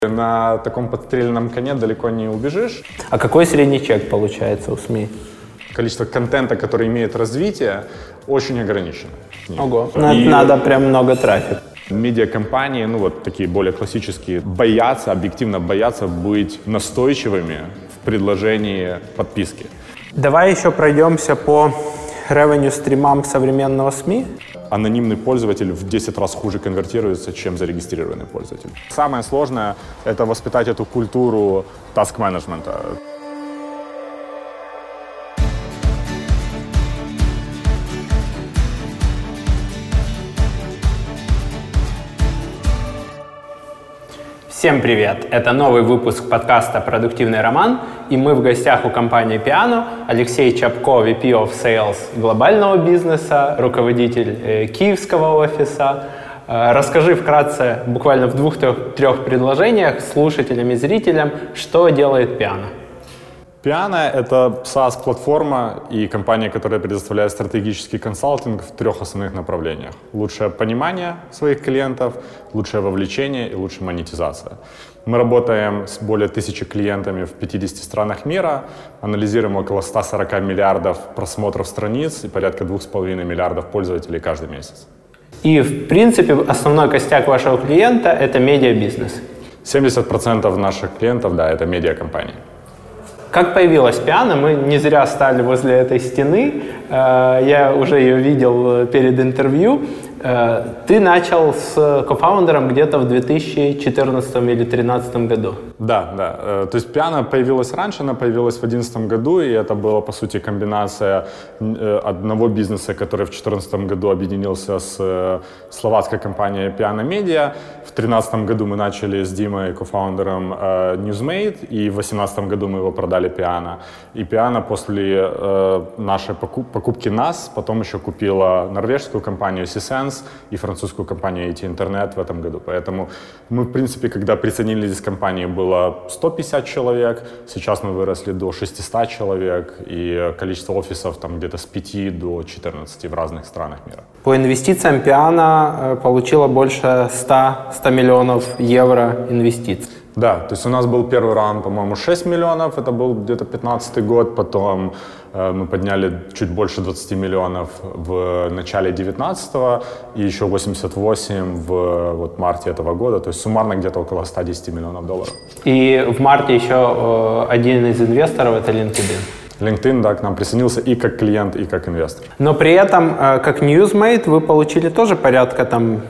На таком подстреленном коне далеко не убежишь. А какой средний чек получается у СМИ? Количество контента, который имеет развитие, очень ограничено. Ого, надо прям много трафика. Медиакомпании, вот такие более классические, объективно боятся быть настойчивыми в предложении подписки. Давай еще пройдемся по ревеню-стримам современного СМИ. Анонимный пользователь в 10 раз хуже конвертируется, чем зарегистрированный пользователь. Самое сложное — это воспитать эту культуру таск-менеджмента. Всем привет! Это новый выпуск подкаста «Продуктивный роман», и мы в гостях у компании Piano. Алексей Чапко, VP of Sales глобального бизнеса, руководитель киевского офиса. Расскажи вкратце, буквально в 2-3 предложениях слушателям и зрителям, что делает Piano. Piano — это SaaS-платформа и компания, которая предоставляет стратегический консалтинг в 3 основных направлениях. Лучшее понимание своих клиентов, лучшее вовлечение и лучшая монетизация. Мы работаем с более 1000 клиентами в 50 странах мира, анализируем около 140 миллиардов просмотров страниц и порядка 2,5 миллиардов пользователей каждый месяц. И, в принципе, основной костяк вашего клиента — это медиабизнес. 70% наших клиентов, да, это медиакомпании. Как появилась Piano? Мы не зря стали возле этой стены. Я уже ее видел перед интервью. Ты начал с кофаундером где-то в 2014 или 2013 году. Да. То есть Piano появилась раньше, она появилась в 2011 году, и это была, по сути, комбинация одного бизнеса, который в 2014 году объединился с словацкой компанией Piano Media. В 2013 году мы начали с Димой, кофаундером, Newsmade, и в 2018 году мы его продали Piano. И Piano после нашей покупки нас потом еще купила норвежскую компанию Seasense и французскую компанию IT Internet в этом году. Поэтому мы, в принципе, когда присоединились к компании, было 150 человек, сейчас мы выросли до 600 человек, и количество офисов там где-то с 5 до 14 в разных странах мира. По инвестициям Piano получила больше 100 миллионов евро инвестиций. Да, то есть у нас был первый раунд, по-моему, 6 миллионов, это был где-то 2015 год, потом мы подняли чуть больше 20 миллионов в начале 19-го и еще 88 в марте этого года, то есть суммарно где-то около 110 миллионов долларов. И в марте еще один из инвесторов — это LinkedIn. LinkedIn, да, к нам присоединился и как клиент, и как инвестор. Но при этом, как Newsmade, вы получили тоже порядка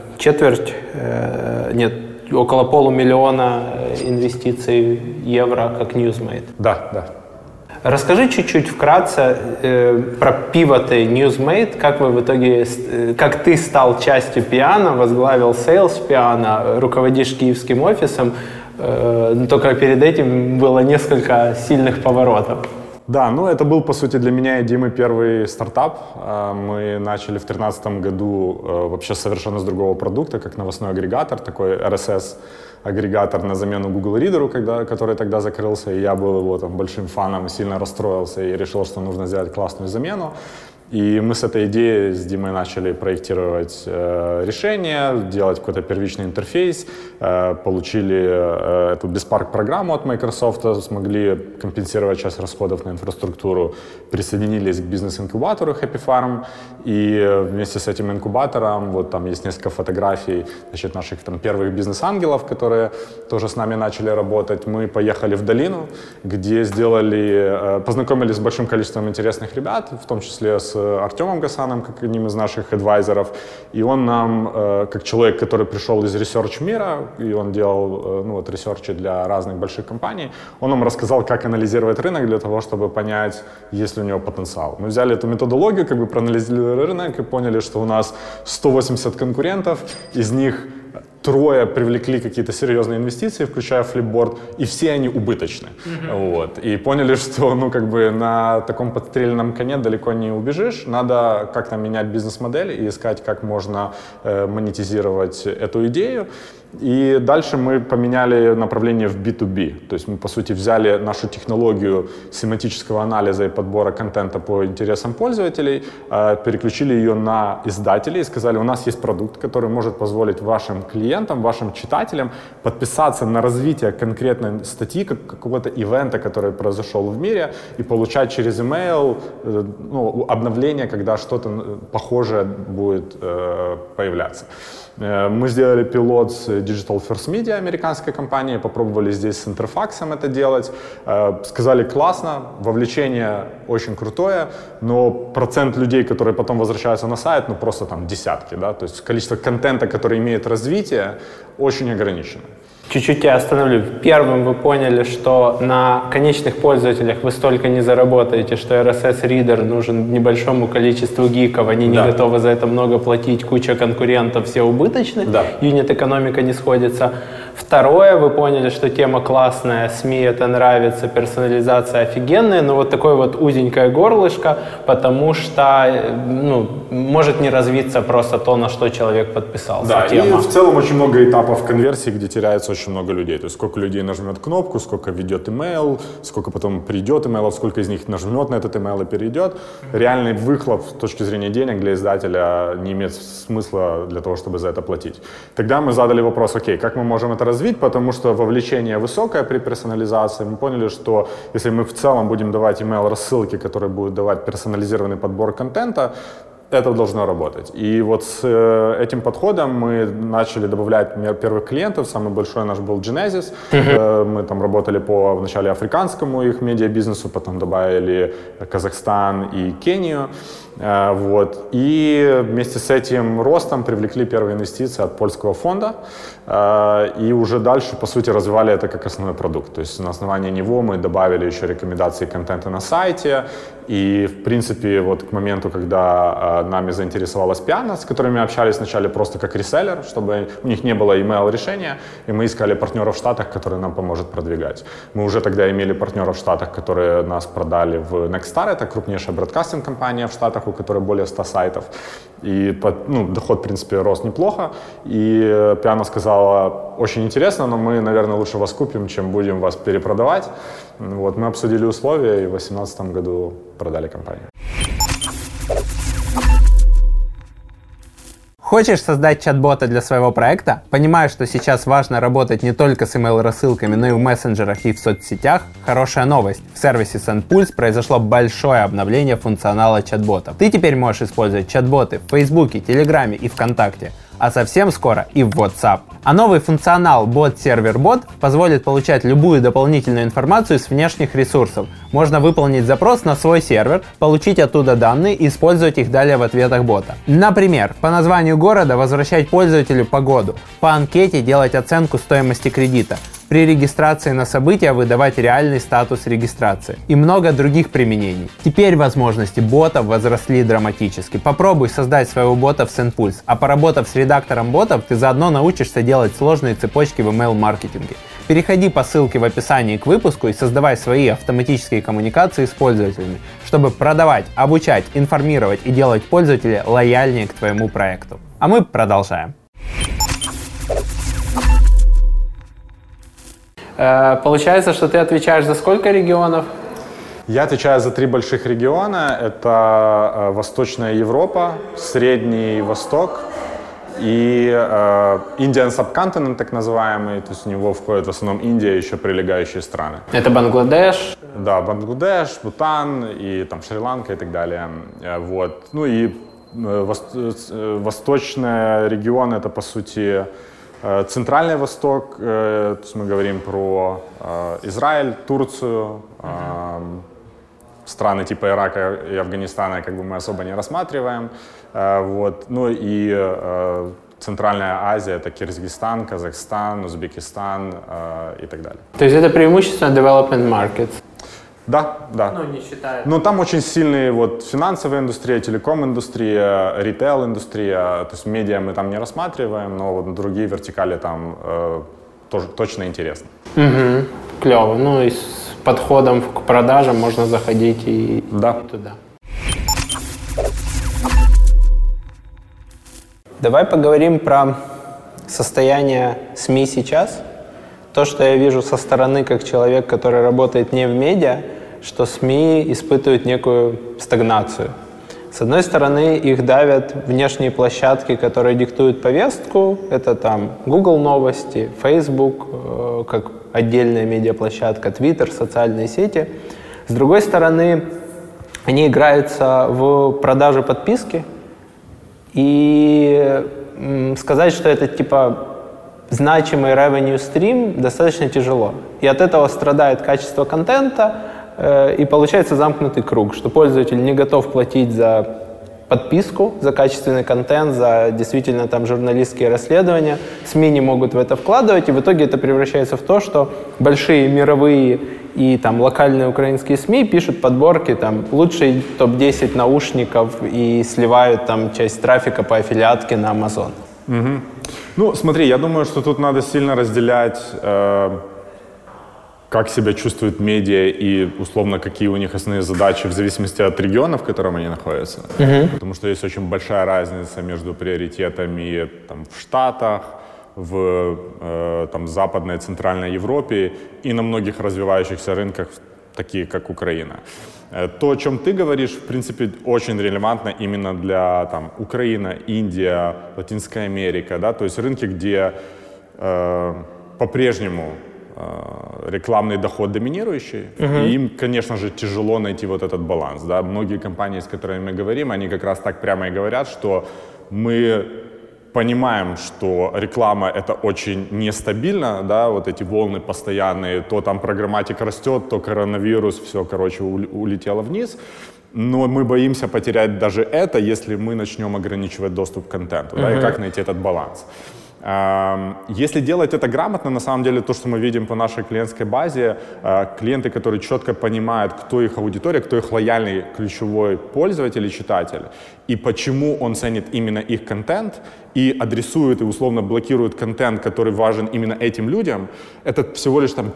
около $500,000 инвестиций евро, как Newsmade. Да. Расскажи чуть-чуть вкратце про пивоты Newsmade, как ты стал частью Piano, возглавил Sales Piano, руководишь киевским офисом, только перед этим было несколько сильных поворотов. Да, это был, по сути, для меня и Димы первый стартап. Мы начали в 2013 году вообще совершенно с другого продукта, как новостной агрегатор, такой RSS-агрегатор на замену Google Reader, который тогда закрылся, и я был его большим фаном, сильно расстроился и решил, что нужно сделать классную замену. И мы с этой идеей с Димой начали проектировать решение, делать какой-то первичный интерфейс, получили эту Bespark-программу от Microsoft, смогли компенсировать часть расходов на инфраструктуру, присоединились к бизнес-инкубатору Happy Farm, и вместе с этим инкубатором, там есть несколько фотографий, наших первых бизнес-ангелов, которые тоже с нами начали работать. Мы поехали в долину, где познакомились с большим количеством интересных ребят, в том числе с Артемом Гасаном, как одним из наших адвайзеров, и он нам, как человек, который пришел из ресерч мира, и он делал ресерчи для разных больших компаний, он нам рассказал, как анализировать рынок для того, чтобы понять, есть ли у него потенциал. Мы взяли эту методологию, проанализировали рынок и поняли, что у нас 180 конкурентов, из них 3 привлекли какие-то серьезные инвестиции, включая Flipboard, и все они убыточны. И поняли, что на таком подстреленном коне далеко не убежишь, надо как-то менять бизнес-модель и искать, как можно монетизировать эту идею. И дальше мы поменяли направление в B2B. То есть мы, по сути, взяли нашу технологию семантического анализа и подбора контента по интересам пользователей, переключили ее на издателей и сказали, у нас есть продукт, который может позволить вашим клиентам, вашим читателям подписаться на развитие конкретной статьи, какого-то ивента, который произошел в мире, и получать через email обновление, когда что-то похожее будет появляться. Мы сделали пилот с Digital First Media, американской компании, попробовали здесь с Интерфаксом это делать. Сказали, классно, вовлечение очень крутое, но процент людей, которые потом возвращаются на сайт, просто там десятки. Да? То есть количество контента, который имеет развитие, очень ограничено. Чуть-чуть тебя остановлю. Первым вы поняли, что на конечных пользователях вы столько не заработаете, что RSS-ридер нужен небольшому количеству гиков, они не готовы за это много платить, куча конкурентов, все убыточны, юнит-экономика не сходится. Второе, вы поняли, что тема классная, СМИ это нравится, персонализация офигенная, но вот такое вот узенькое горлышко, потому что может не развиться просто то, на что человек подписался. Да, и в целом очень много этапов конверсии, где теряется очень много людей. То есть сколько людей нажмет кнопку, сколько ведет email, сколько потом придет имейлов, сколько из них нажмет на этот email и перейдет. Реальный выхлоп с точки зрения денег для издателя не имеет смысла для того, чтобы за это платить. Тогда мы задали вопрос, окей, как мы можем это развить, потому что вовлечение высокое при персонализации. Мы поняли, что если мы в целом будем давать email-рассылки, которые будут давать персонализированный подбор контента, это должно работать. И вот с этим подходом мы начали добавлять первых клиентов. Самый большой наш был Genesis. Мы там работали по вначале африканскому их медиабизнесу, потом добавили Казахстан и Кению. Вот. И вместе с этим ростом привлекли первые инвестиции от польского фонда. И уже дальше, по сути, развивали это как основной продукт. То есть на основании него мы добавили еще рекомендации контента на сайте. И, в принципе, вот к моменту, когда нами заинтересовалась Piano, с которыми общались вначале просто как реселлер, чтобы у них не было email-решения, и мы искали партнеров в Штатах, которые нам поможет продвигать. Мы уже тогда имели партнеров в Штатах, которые нас продали в Nexstar, это крупнейшая бродкастинг-компания в Штатах, у которой более 100 сайтов. И доход, в принципе, рос неплохо. И Piano сказала, очень интересно, но мы, наверное, лучше вас купим, чем будем вас перепродавать. Вот, мы обсудили условия и в 2018 году продали компанию. Хочешь создать чат-бота для своего проекта? Понимаешь, что сейчас важно работать не только с email-рассылками, но и в мессенджерах и в соцсетях? Хорошая новость. В сервисе SendPulse произошло большое обновление функционала чат-ботов. Ты теперь можешь использовать чат-боты в Фейсбуке, Телеграме и ВКонтакте. А совсем скоро и в WhatsApp. А новый функционал бот-сервер-бот позволит получать любую дополнительную информацию с внешних ресурсов. Можно выполнить запрос на свой сервер, получить оттуда данные и использовать их далее в ответах бота. Например, по названию города возвращать пользователю погоду, по анкете делать оценку стоимости кредита, при регистрации на события выдавать реальный статус регистрации и много других применений. Теперь возможности ботов возросли драматически. Попробуй создать своего бота в SendPulse, а поработав с редактором ботов, ты заодно научишься делать сложные цепочки в email-маркетинге. Переходи по ссылке в описании к выпуску и создавай свои автоматические коммуникации с пользователями, чтобы продавать, обучать, информировать и делать пользователя лояльнее к твоему проекту. А мы продолжаем. Получается, что ты отвечаешь за сколько регионов? Я отвечаю за 3 больших региона. Это Восточная Европа, Средний Восток и Indian Subcontinent, так называемый. То есть в него входит в основном Индия и еще прилегающие страны. Это Бангладеш? Да, Бангладеш, Бутан и там Шри-Ланка и так далее. Вот. Ну и Восточный регион — это, по сути, Центральный Восток, то есть мы говорим про Израиль, Турцию, страны типа Ирака и Афганистана как бы мы особо не рассматриваем. Вот. Ну и Центральная Азия — это Киргизстан, Казахстан, Узбекистан и так далее. То есть это преимущественно development markets? Да, да. Ну, не считая. Но там очень сильные вот финансовая индустрия, телеком-индустрия, ритейл-индустрия. То есть медиа мы там не рассматриваем, но вот другие вертикали там тоже точно интересны. Угу. Клево. Ну и с подходом к продажам можно заходить и туда. Давай поговорим про состояние СМИ сейчас. То, что я вижу со стороны, как человек, который работает не в медиа, что СМИ испытывают некую стагнацию. С одной стороны, их давят внешние площадки, которые диктуют повестку. Это там Google новости, Facebook, как отдельная медиаплощадка, Twitter, социальные сети. С другой стороны, они играются в продажу подписки. И сказать, что это типа значимый revenue stream, достаточно тяжело. И от этого страдает качество контента, и получается замкнутый круг, что пользователь не готов платить за подписку, за качественный контент, за действительно там журналистские расследования. СМИ не могут в это вкладывать, и в итоге это превращается в то, что большие мировые и там локальные украинские СМИ пишут подборки, там лучшие топ-10 наушников и сливают там часть трафика по аффилиатке на Amazon. Угу. Ну, смотри, я думаю, что тут надо сильно разделять, как себя чувствуют медиа и, условно, какие у них основные задачи в зависимости от региона, в котором они находятся. Потому что есть очень большая разница между приоритетами там, в Штатах, в там, Западной и Центральной Европе и на многих развивающихся рынках, такие как Украина. То, о чем ты говоришь, в принципе, очень релевантно именно для там, Украина, Индия, Латинская Америка, да, то есть рынки, где по-прежнему рекламный доход доминирующий, и им, конечно же, тяжело найти вот этот баланс. Да. Многие компании, с которыми мы говорим, они как раз так прямо и говорят, что мы понимаем, что реклама — это очень нестабильно, да, вот эти волны постоянные, то там программатика растет, то коронавирус, все, короче, улетело вниз. Но мы боимся потерять даже это, если мы начнем ограничивать доступ к контенту, да, и как найти этот баланс. Если делать это грамотно, на самом деле то, что мы видим по нашей клиентской базе, клиенты, которые четко понимают, кто их аудитория, кто их лояльный ключевой пользователь и читатель, и почему он ценит именно их контент, и адресует и условно блокирует контент, который важен именно этим людям, это всего лишь там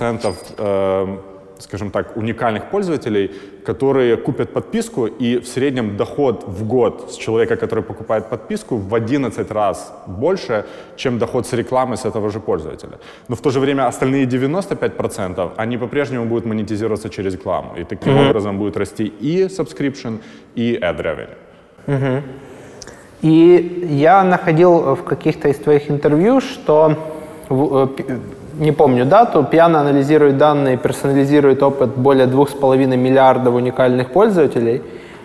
5%, скажем так, уникальных пользователей, которые купят подписку, и в среднем доход в год с человека, который покупает подписку, в 11 раз больше, чем доход с рекламы с этого же пользователя. Но в то же время остальные 95%, они по-прежнему будут монетизироваться через рекламу. И таким образом будет расти и subscription, и ad revenue. И я находил в каких-то из твоих интервью, что не помню дату, Piano анализирует данные, персонализирует опыт более 2,5 миллиардов уникальных пользователей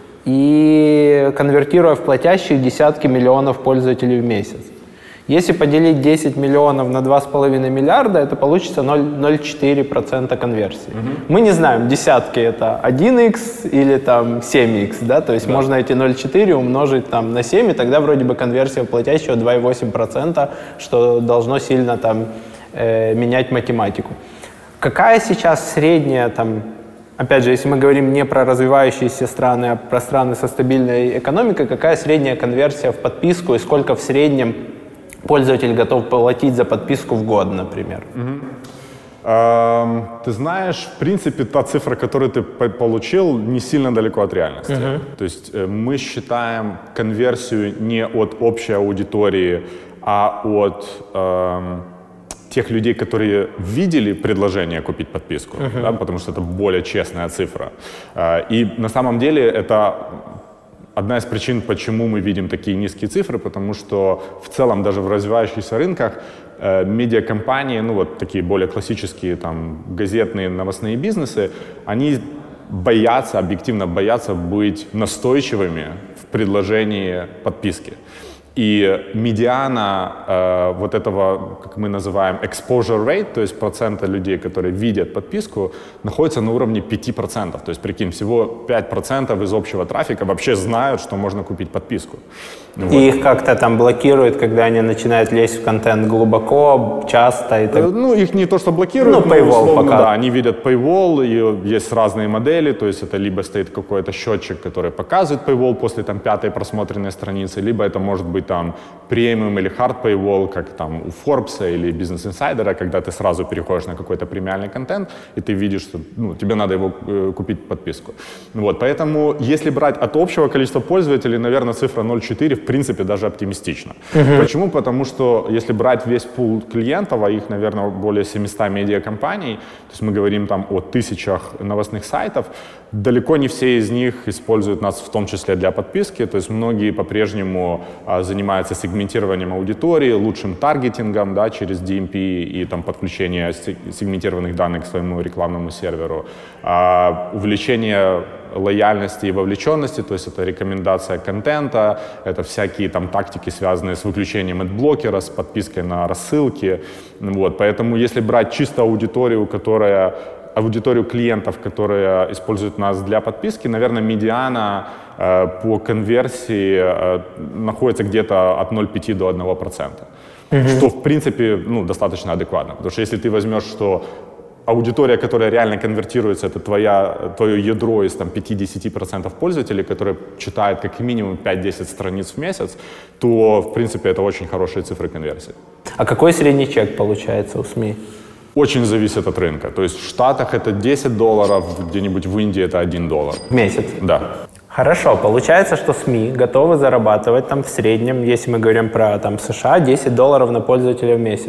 и конвертируя в платящих десятки миллионов пользователей в месяц. Если поделить 10 миллионов на 2,5 миллиарда, это получится 0,04% конверсии. Мы не знаем, десятки это 1х или там 7х, да, то есть можно эти 0,4 умножить там на 7, и тогда вроде бы конверсия платящего 2,8%, что должно сильно там менять математику. Какая сейчас средняя, там, опять же, если мы говорим не про развивающиеся страны, а про страны со стабильной экономикой, какая средняя конверсия в подписку и сколько в среднем пользователь готов платить за подписку в год, например? Ты знаешь, в принципе, та цифра, которую ты получил, не сильно далеко от реальности. То есть мы считаем конверсию не от общей аудитории, а от тех людей, которые видели предложение купить подписку, да, потому что это более честная цифра. И на самом деле это одна из причин, почему мы видим такие низкие цифры, потому что в целом даже в развивающихся рынках медиакомпании, ну вот такие более классические там газетные новостные бизнесы, они боятся, объективно боятся быть настойчивыми в предложении подписки. И медиана вот этого, как мы называем, exposure rate, то есть процента людей, которые видят подписку, находится на уровне 5%. То есть, прикинь, всего 5% из общего трафика вообще знают, что можно купить подписку. Вот. И их как-то там блокируют, когда они начинают лезть в контент глубоко, часто и так? Ну, их не то, что блокируют, но paywall условно, пока. Да, они видят paywall, и есть разные модели, то есть это либо стоит какой-то счетчик, который показывает paywall после там 5-й просмотренной страницы, либо это может быть там премиум или hard paywall, как там у Forbes или Business Insider, когда ты сразу переходишь на какой-то премиальный контент, и ты видишь, что тебе надо его купить подписку. Вот, поэтому, если брать от общего количества пользователей, наверное, цифра 0,4 в принципе даже оптимистична. Почему? Потому что если брать весь пул клиентов, а их, наверное, более 700 медиакомпаний, то есть мы говорим там о тысячах новостных сайтов, далеко не все из них используют нас в том числе для подписки, то есть многие по-прежнему занимаются сегментированием аудитории, лучшим таргетингом, да, через DMP и там подключение сегментированных данных к своему рекламному серверу, увеличение лояльности и вовлеченности, то есть это рекомендация контента, это всякие там тактики, связанные с выключением адблокера, с подпиской на рассылки. Вот. Поэтому если брать чисто аудиторию клиентов, которые используют нас для подписки, наверное, медиана по конверсии находится где-то от 0,5 до 1%. Что, в принципе, достаточно адекватно. Потому что если ты возьмешь, что аудитория, которая реально конвертируется, это твое ядро из там, 5-10% пользователей, которые читают как минимум 5-10 страниц в месяц, то, в принципе, это очень хорошие цифры конверсии. А какой средний чек получается у СМИ? Очень зависит от рынка. То есть в Штатах это $10, где-нибудь в Индии это $1. В месяц? Да. Хорошо, получается, что СМИ готовы зарабатывать там в среднем, если мы говорим про там, США, $10 на пользователя в месяц.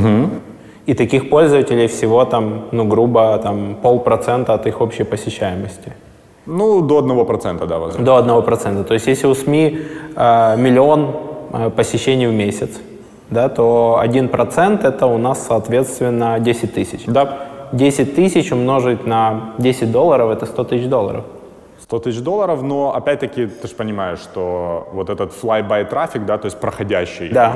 И таких пользователей всего там, грубо, там 0,5% от их общей посещаемости. До 1%, да, возможно. До 1%. То есть если у СМИ миллион посещений в месяц, да, то 1% это у нас, соответственно, 10 тысяч. Да. 10 тысяч умножить на $10 это $100 тысяч. $100 тысяч, но опять-таки ты же понимаешь, что вот этот fly-by трафик, да, то есть проходящий, да.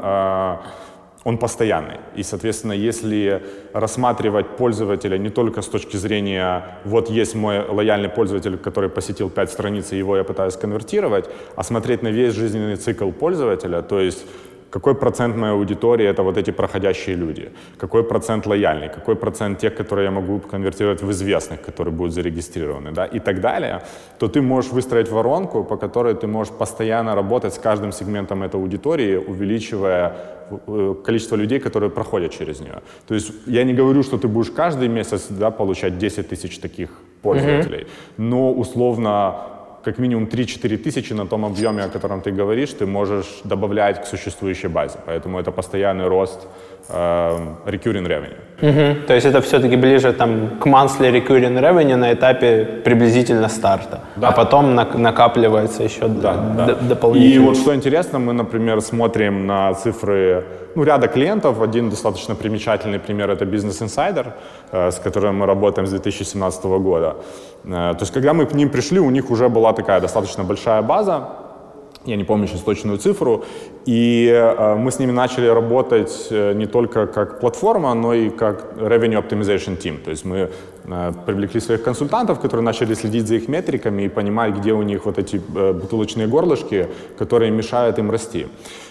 Он постоянный. И, соответственно, если рассматривать пользователя не только с точки зрения, вот есть мой лояльный пользователь, который посетил 5 страниц, и его я пытаюсь конвертировать, а смотреть на весь жизненный цикл пользователя, то есть какой процент моей аудитории — это вот эти проходящие люди, какой процент лояльный, какой процент тех, которые я могу конвертировать в известных, которые будут зарегистрированы, да, и так далее, то ты можешь выстроить воронку, по которой ты можешь постоянно работать с каждым сегментом этой аудитории, увеличивая количество людей, которые проходят через нее. То есть я не говорю, что ты будешь каждый месяц, да, получать 10 тысяч таких пользователей, но условно как минимум 3-4 тысячи на том объеме, о котором ты говоришь, ты можешь добавлять к существующей базе. Поэтому это постоянный рост recurring revenue. То есть это все-таки ближе там, к monthly recurring revenue на этапе приблизительно старта, да. А потом накапливается еще дополнительно. И вот что интересно, мы, например, смотрим на цифры ряда клиентов. Один достаточно примечательный пример — это Business Insider, с которым мы работаем с 2017 года. То есть когда мы к ним пришли, у них уже была такая достаточно большая база, я не помню сейчас точную цифру, и мы с ними начали работать не только как платформа, но и как Revenue Optimization Team. То есть мы привлекли своих консультантов, которые начали следить за их метриками и понимать, где у них вот эти бутылочные горлышки, которые мешают им расти.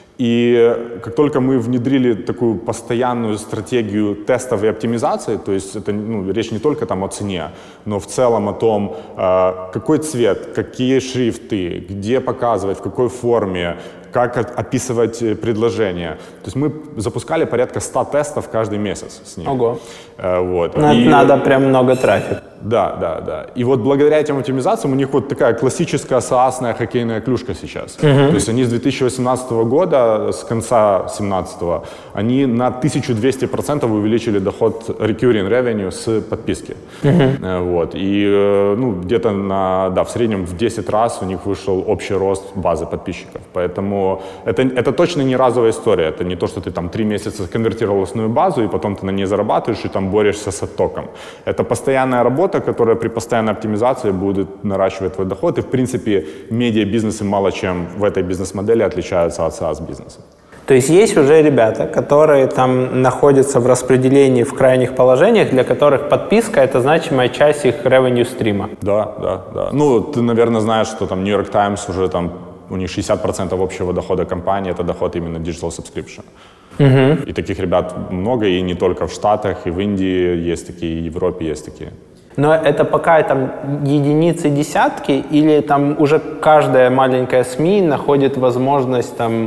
И как только мы внедрили такую постоянную стратегию тестов и оптимизации, то есть это речь не только там о цене, но в целом о том, какой цвет, какие шрифты, где показывать, в какой форме, как описывать предложения. То есть мы запускали порядка 100 тестов каждый месяц с ними. Ого. Вот. Надо прям много трафика. Да. И вот благодаря этим оптимизациям у них вот такая классическая SaaS-ная хоккейная клюшка сейчас. То есть они с 2018 года, с конца 2017, они на 1200% увеличили доход recurring revenue с подписки. Вот. И где-то в среднем в 10 раз у них вышел общий рост базы подписчиков. Поэтому это точно не разовая история. Это не то, что ты там 3 месяца конвертировал основную базу, и потом ты на ней зарабатываешь и там борешься с оттоком. Это постоянная работа, которая при постоянной оптимизации будет наращивать твой доход. И, в принципе, медиа-бизнесы мало чем в этой бизнес-модели отличаются от SaaS-бизнеса. То есть есть уже ребята, которые там находятся в распределении в крайних положениях, для которых подписка — это значимая часть их revenue стрима. Да. Ты, наверное, знаешь, что там New York Times уже там у них 60% общего дохода компании — это доход именно digital subscription. И таких ребят много, и не только в Штатах, и в Индии есть такие, и в Европе есть такие. Но это пока там единицы, десятки, или там уже каждая маленькая СМИ находит возможность там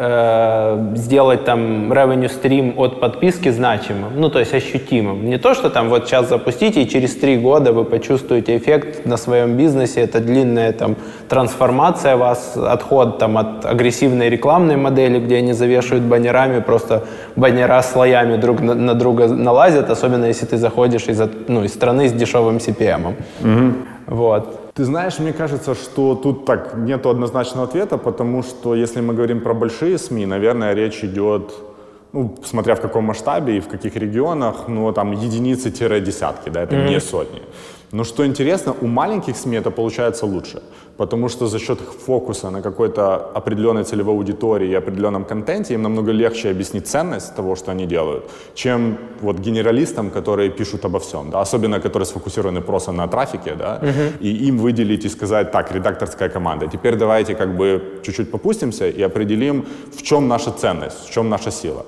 сделать там revenue stream от подписки значимым, ну то есть ощутимым. Не то, что там вот сейчас запустите и через 3 года вы почувствуете эффект на своем бизнесе, это длинная там трансформация вас, отход там от агрессивной рекламной модели, где они завешивают баннерами, просто баннера слоями друг на друга налазят, особенно если ты заходишь из страны с дешевым CPM. Вот. Ты знаешь, мне кажется, что тут так нету однозначного ответа, потому что если мы говорим про большие СМИ, наверное, речь идет, смотря в каком масштабе и в каких регионах, там единицы-десятки, да, это не сотни. Но что интересно, у маленьких СМИ это получается лучше, потому что за счет их фокуса на какой-то определенной целевой аудитории и определенном контенте им намного легче объяснить ценность того, что они делают, чем вот генералистам, которые пишут обо всем, да, особенно которые сфокусированы просто на трафике, да, и им выделить и сказать: так, редакторская команда, теперь давайте как бы чуть-чуть попустимся и определим, в чем наша ценность, в чем наша сила.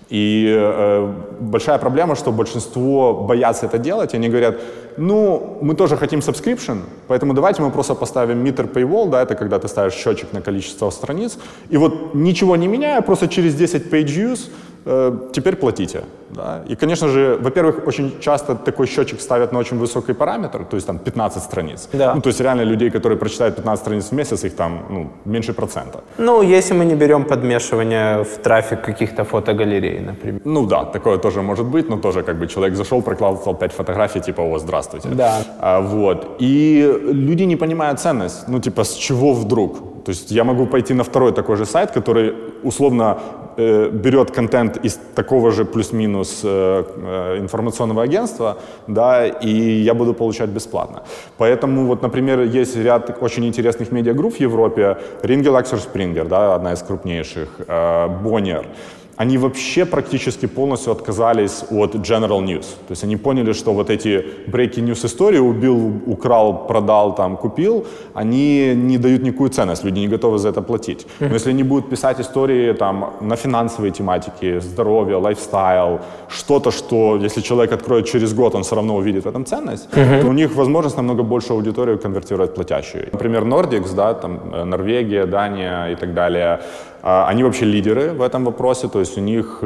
И большая проблема, что большинство боятся это делать, и они говорят: мы тоже хотим subscription, поэтому давайте мы просто поставим meter paywall, да, это когда ты ставишь счетчик на количество страниц, и вот ничего не меняя, просто через 10 page views теперь платите. Да. И, конечно же, во-первых, очень часто такой счетчик ставят на очень высокий параметр, то есть там 15 страниц. Да. То есть реально людей, которые прочитают 15 страниц в месяц, их там меньше процента. Если мы не берем подмешивание в трафик каких-то фотогалерей, например. Да, такое тоже может быть, но тоже как бы человек зашел, прокладывал 5 фотографий, типа: о, здравствуйте. Да. Вот. И люди не понимают ценность, с чего вдруг? То есть я могу пойти на второй такой же сайт, который условно берет контент из такого же плюс-минус информационного агентства, да, и я буду получать бесплатно. Поэтому вот, например, есть ряд очень интересных медиагрупп в Европе, Ringier, Axel Springer, да, одна из крупнейших, Bonnier. Они вообще практически полностью отказались от General News. То есть они поняли, что вот эти breaking news истории убил, украл, продал, купил, они не дают никакую ценность, люди не готовы за это платить. Но если они будут писать истории на финансовые тематики, здоровье, лайфстайл, что-то, что если человек откроет через год, он все равно увидит в этом ценность, то у них возможность намного больше аудиторию конвертировать в платящую. Например, Nordics, да, Норвегия, Дания и так далее, они вообще лидеры в этом вопросе, то есть у них,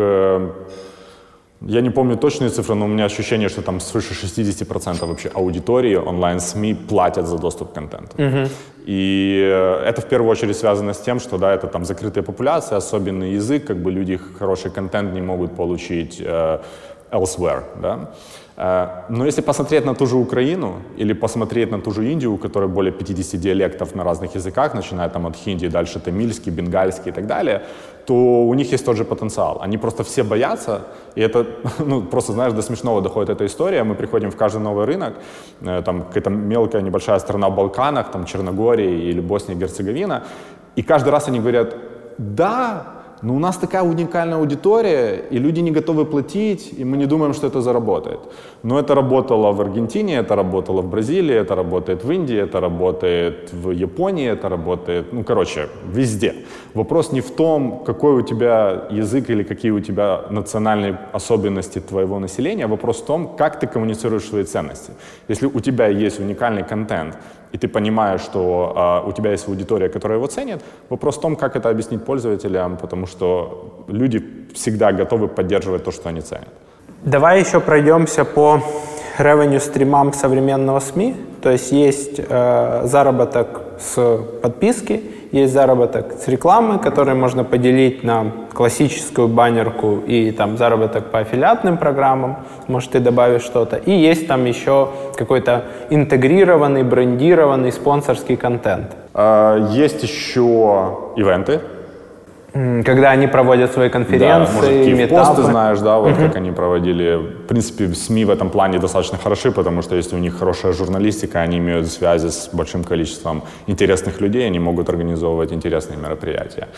я не помню точные цифры, но у меня ощущение, что там свыше 60% вообще аудитории онлайн-СМИ платят за доступ к контенту. И это в первую очередь связано с тем, что, да, это там закрытая популяция, особенный язык, как бы люди хороший контент не могут получить elsewhere, да. Но если посмотреть на ту же Украину или посмотреть на ту же Индию, у которой более 50 диалектов на разных языках, начиная от хинди, дальше тамильский, бенгальский и так далее, то у них есть тот же потенциал. Они просто все боятся, и это, просто, знаешь, до смешного доходит эта история. Мы приходим в каждый новый рынок, там какая-то мелкая небольшая страна в Балканах, там Черногория или Босния и Герцеговина, и каждый раз они говорят: да, но у нас такая уникальная аудитория, и люди не готовы платить, и мы не думаем, что это заработает. Но это работало в Аргентине, это работало в Бразилии, это работает в Индии, это работает в Японии, это работает, везде. Вопрос не в том, какой у тебя язык или какие у тебя национальные особенности твоего населения, а вопрос в том, как ты коммуницируешь свои ценности. Если у тебя есть уникальный контент, и ты понимаешь, что у тебя есть аудитория, которая его ценит, вопрос в том, как это объяснить пользователям, потому что люди всегда готовы поддерживать то, что они ценят. Давай еще пройдемся по revenue-стримам современного СМИ. То есть заработок с подписки, есть заработок с рекламы, который можно поделить на классическую баннерку и заработок по аффилиатным программам, может, ты добавишь что-то. И есть там еще какой-то интегрированный, брендированный спонсорский контент. Есть еще ивенты. Когда они проводят свои конференции, да, может, метапы. Ты знаешь, да, вот как они проводили. В принципе, СМИ в этом плане достаточно хороши, потому что если у них хорошая журналистика, они имеют связи с большим количеством интересных людей, они могут организовывать интересные мероприятия.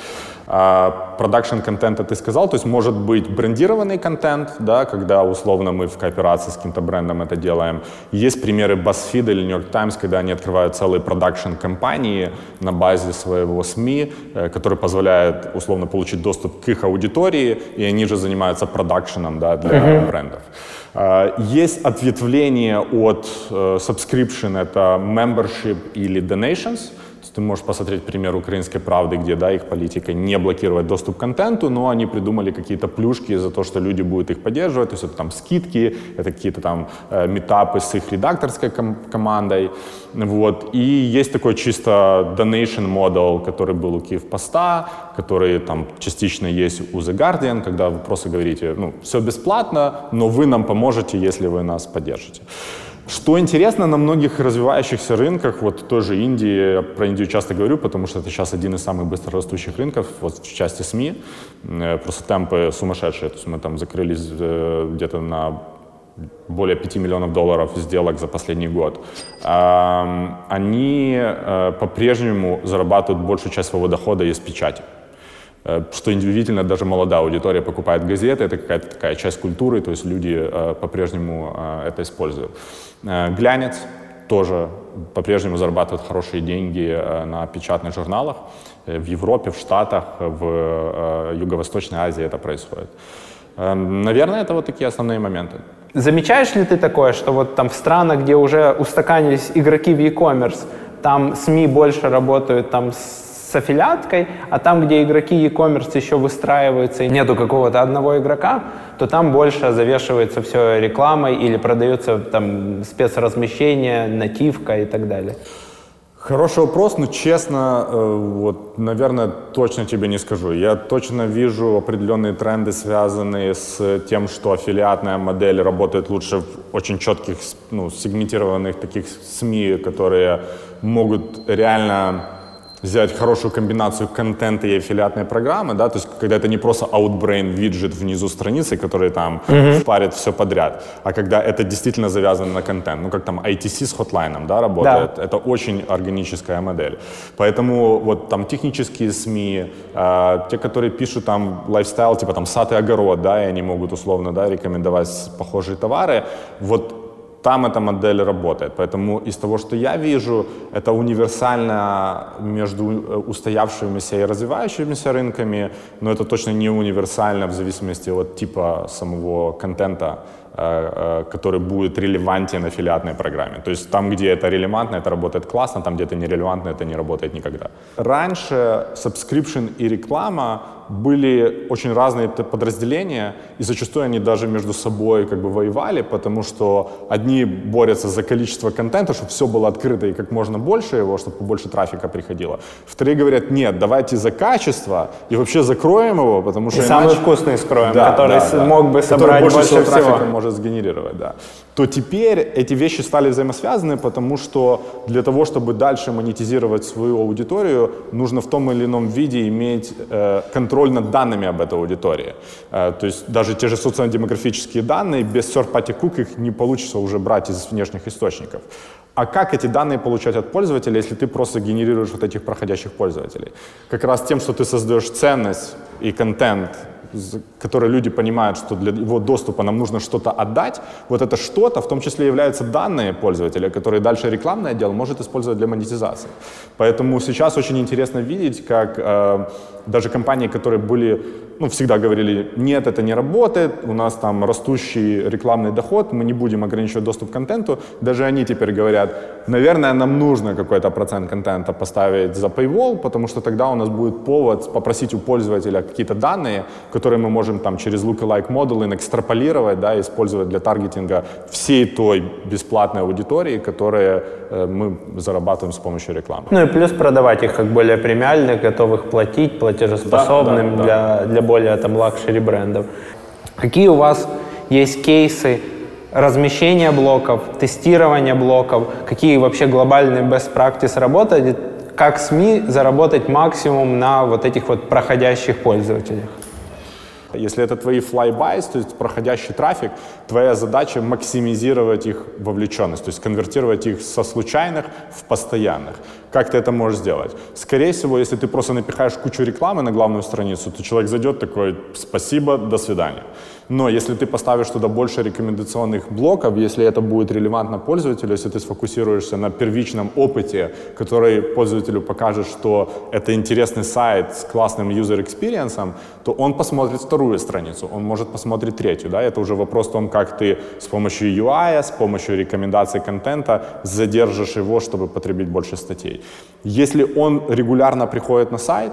Продакшн контента ты сказал, то есть может быть брендированный контент, да, когда условно мы в кооперации с каким-то брендом это делаем. Есть примеры BuzzFeed или New York Times, когда они открывают целые продакшн-компании на базе своего СМИ, который позволяет условно получить доступ к их аудитории, и они же занимаются продакшеном, да, для брендов. Есть ответвление от subscription, это membership или donations. Ты можешь посмотреть пример «Украинской правды», где, да, их политика не блокировать доступ к контенту, но они придумали какие-то плюшки за то, что люди будут их поддерживать, то есть это там скидки, это какие-то там митапы с их редакторской командой, вот. И есть такой чисто donation model, который был у Киевпоста, который там частично есть у The Guardian, когда вы просто говорите, ну, все бесплатно, но вы нам поможете, если вы нас поддержите. Что интересно, на многих развивающихся рынках, вот той же Индии, я про Индию часто говорю, потому что это сейчас один из самых быстро растущих рынков вот в части СМИ, просто темпы сумасшедшие, то есть мы там закрылись где-то на более $5 миллионов сделок за последний год. Они по-прежнему зарабатывают большую часть своего дохода из печати. Что удивительно, даже молодая аудитория покупает газеты, это какая-то такая часть культуры, то есть люди по-прежнему это используют. Глянец тоже по-прежнему зарабатывает хорошие деньги на печатных журналах. В Европе, в Штатах, в Юго-Восточной Азии это происходит. Наверное, это вот такие основные моменты. Замечаешь ли ты такое, что вот там в странах, где уже устаканились игроки в e-commerce, там СМИ больше работают там с аффилиаткой, а там, где игроки e-commerce еще выстраиваются и нету какого-то одного игрока, то там больше завешивается все рекламой или продается там спецразмещение, нативка и так далее? Хороший вопрос, но честно, вот, наверное, точно тебе не скажу. Я точно вижу определенные тренды, связанные с тем, что аффилиатная модель работает лучше в очень четких, ну, сегментированных таких СМИ, которые могут реально взять хорошую комбинацию контента и аффилиатной программы, да, то есть когда это не просто Outbrain виджет внизу страницы, который там впарит все подряд, а когда это действительно завязано на контент, ну как там ITC с хотлайном, да, работает, да. Это очень органическая модель. Поэтому вот там технические СМИ, те, которые пишут там лайфстайл, типа там сад и огород, да, и они могут условно, да, рекомендовать похожие товары, вот там эта модель работает. Поэтому из того, что я вижу, это универсально между устоявшимися и развивающимися рынками, но это точно не универсально в зависимости от типа самого контента, который будет релевантен аффилиатной программе. То есть там, где это релевантно, это работает классно, там, где это нерелевантно, это не работает никогда. Раньше subscription и реклама были очень разные подразделения, и зачастую они даже между собой как бы воевали, потому что одни борются за количество контента, чтобы все было открыто и как можно больше его, чтобы побольше трафика приходило. Вторые говорят, нет, давайте за качество и вообще закроем его, потому что и иначе... самый вкусный скроем, да, который мог бы собрать больше всего. Трафика может сгенерировать, да. То теперь эти вещи стали взаимосвязаны, потому что для того, чтобы дальше монетизировать свою аудиторию, нужно в том или ином виде иметь контроль над данными об этой аудитории. То есть даже те же социодемографические данные, без third-party cookie их не получится уже брать из внешних источников. А как эти данные получать от пользователя, если ты просто генерируешь вот этих проходящих пользователей? Как раз тем, что ты создаешь ценность и контент, который люди понимают, что для его доступа нам нужно что-то отдать, вот это что-то в том числе являются данные пользователя, которые дальше рекламный отдел может использовать для монетизации. Поэтому сейчас очень интересно видеть, как даже компании, которые были, ну, всегда говорили, нет, это не работает, у нас там растущий рекламный доход, мы не будем ограничивать доступ к контенту, даже они теперь говорят, наверное, нам нужно какой-то процент контента поставить за paywall, потому что тогда у нас будет повод попросить у пользователя какие-то данные, которые мы можем там через lookalike modeling экстраполировать, да, использовать для таргетинга всей той бесплатной аудитории, которую мы зарабатываем с помощью рекламы. Ну и плюс продавать их как более премиальных, готовых платить, платежеспособным, да. Для более там лакшери брендов. Какие у вас есть кейсы размещения блоков, тестирования блоков, какие вообще глобальные best practice работают, как СМИ заработать максимум на вот этих вот проходящих пользователях? Если это твои flybys, то есть проходящий трафик, твоя задача максимизировать их вовлеченность, то есть конвертировать их со случайных в постоянных. Как ты это можешь сделать? Скорее всего, если ты просто напихаешь кучу рекламы на главную страницу, то человек зайдет такой: спасибо, до свидания. Но если ты поставишь туда больше рекомендационных блоков, если это будет релевантно пользователю, если ты сфокусируешься на первичном опыте, который пользователю покажет, что это интересный сайт с классным user-экспириенсом, то он посмотрит вторую страницу, он может посмотреть третью. Да? Это уже вопрос в том, как ты с помощью UI, с помощью рекомендаций контента задержишь его, чтобы потребить больше статей. Если он регулярно приходит на сайт,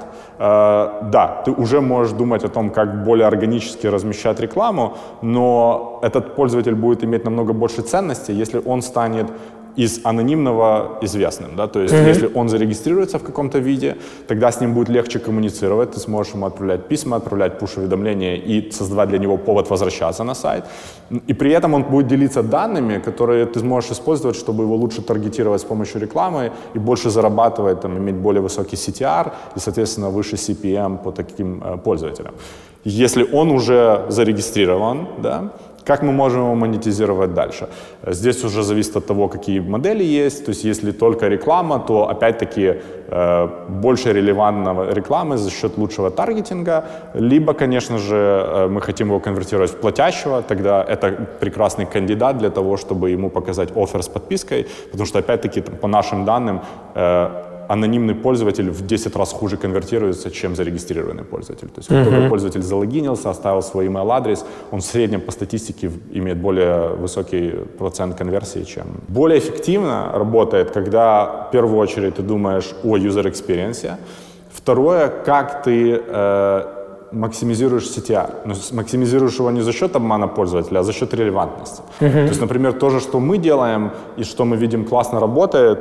да, ты уже можешь думать о том, как более органически размещать рекламу, но этот пользователь будет иметь намного больше ценности, если он станет из анонимного известным, да, то есть если он зарегистрируется в каком-то виде, тогда с ним будет легче коммуницировать, ты сможешь ему отправлять письма, отправлять пуш-уведомления и создавать для него повод возвращаться на сайт. И при этом он будет делиться данными, которые ты сможешь использовать, чтобы его лучше таргетировать с помощью рекламы и больше зарабатывать, там, иметь более высокий CTR и, соответственно, выше CPM по таким пользователям. Если он уже зарегистрирован, да, как мы можем его монетизировать дальше? Здесь уже зависит от того, какие модели есть. То есть если только реклама, то опять-таки больше релевантной рекламы за счет лучшего таргетинга. Либо, конечно же, мы хотим его конвертировать в платящего. Тогда это прекрасный кандидат для того, чтобы ему показать оффер с подпиской. Потому что, опять-таки, по нашим данным, анонимный пользователь в 10 раз хуже конвертируется, чем зарегистрированный пользователь. То есть как только пользователь залогинился, оставил свой email-адрес, он в среднем по статистике имеет более высокий процент конверсии, чем... Более эффективно работает, когда в первую очередь ты думаешь о user experience. Второе, как ты максимизируешь CTR. Но максимизируешь его не за счет обмана пользователя, а за счет релевантности. То есть, например, то же, что мы делаем и что мы видим классно работает,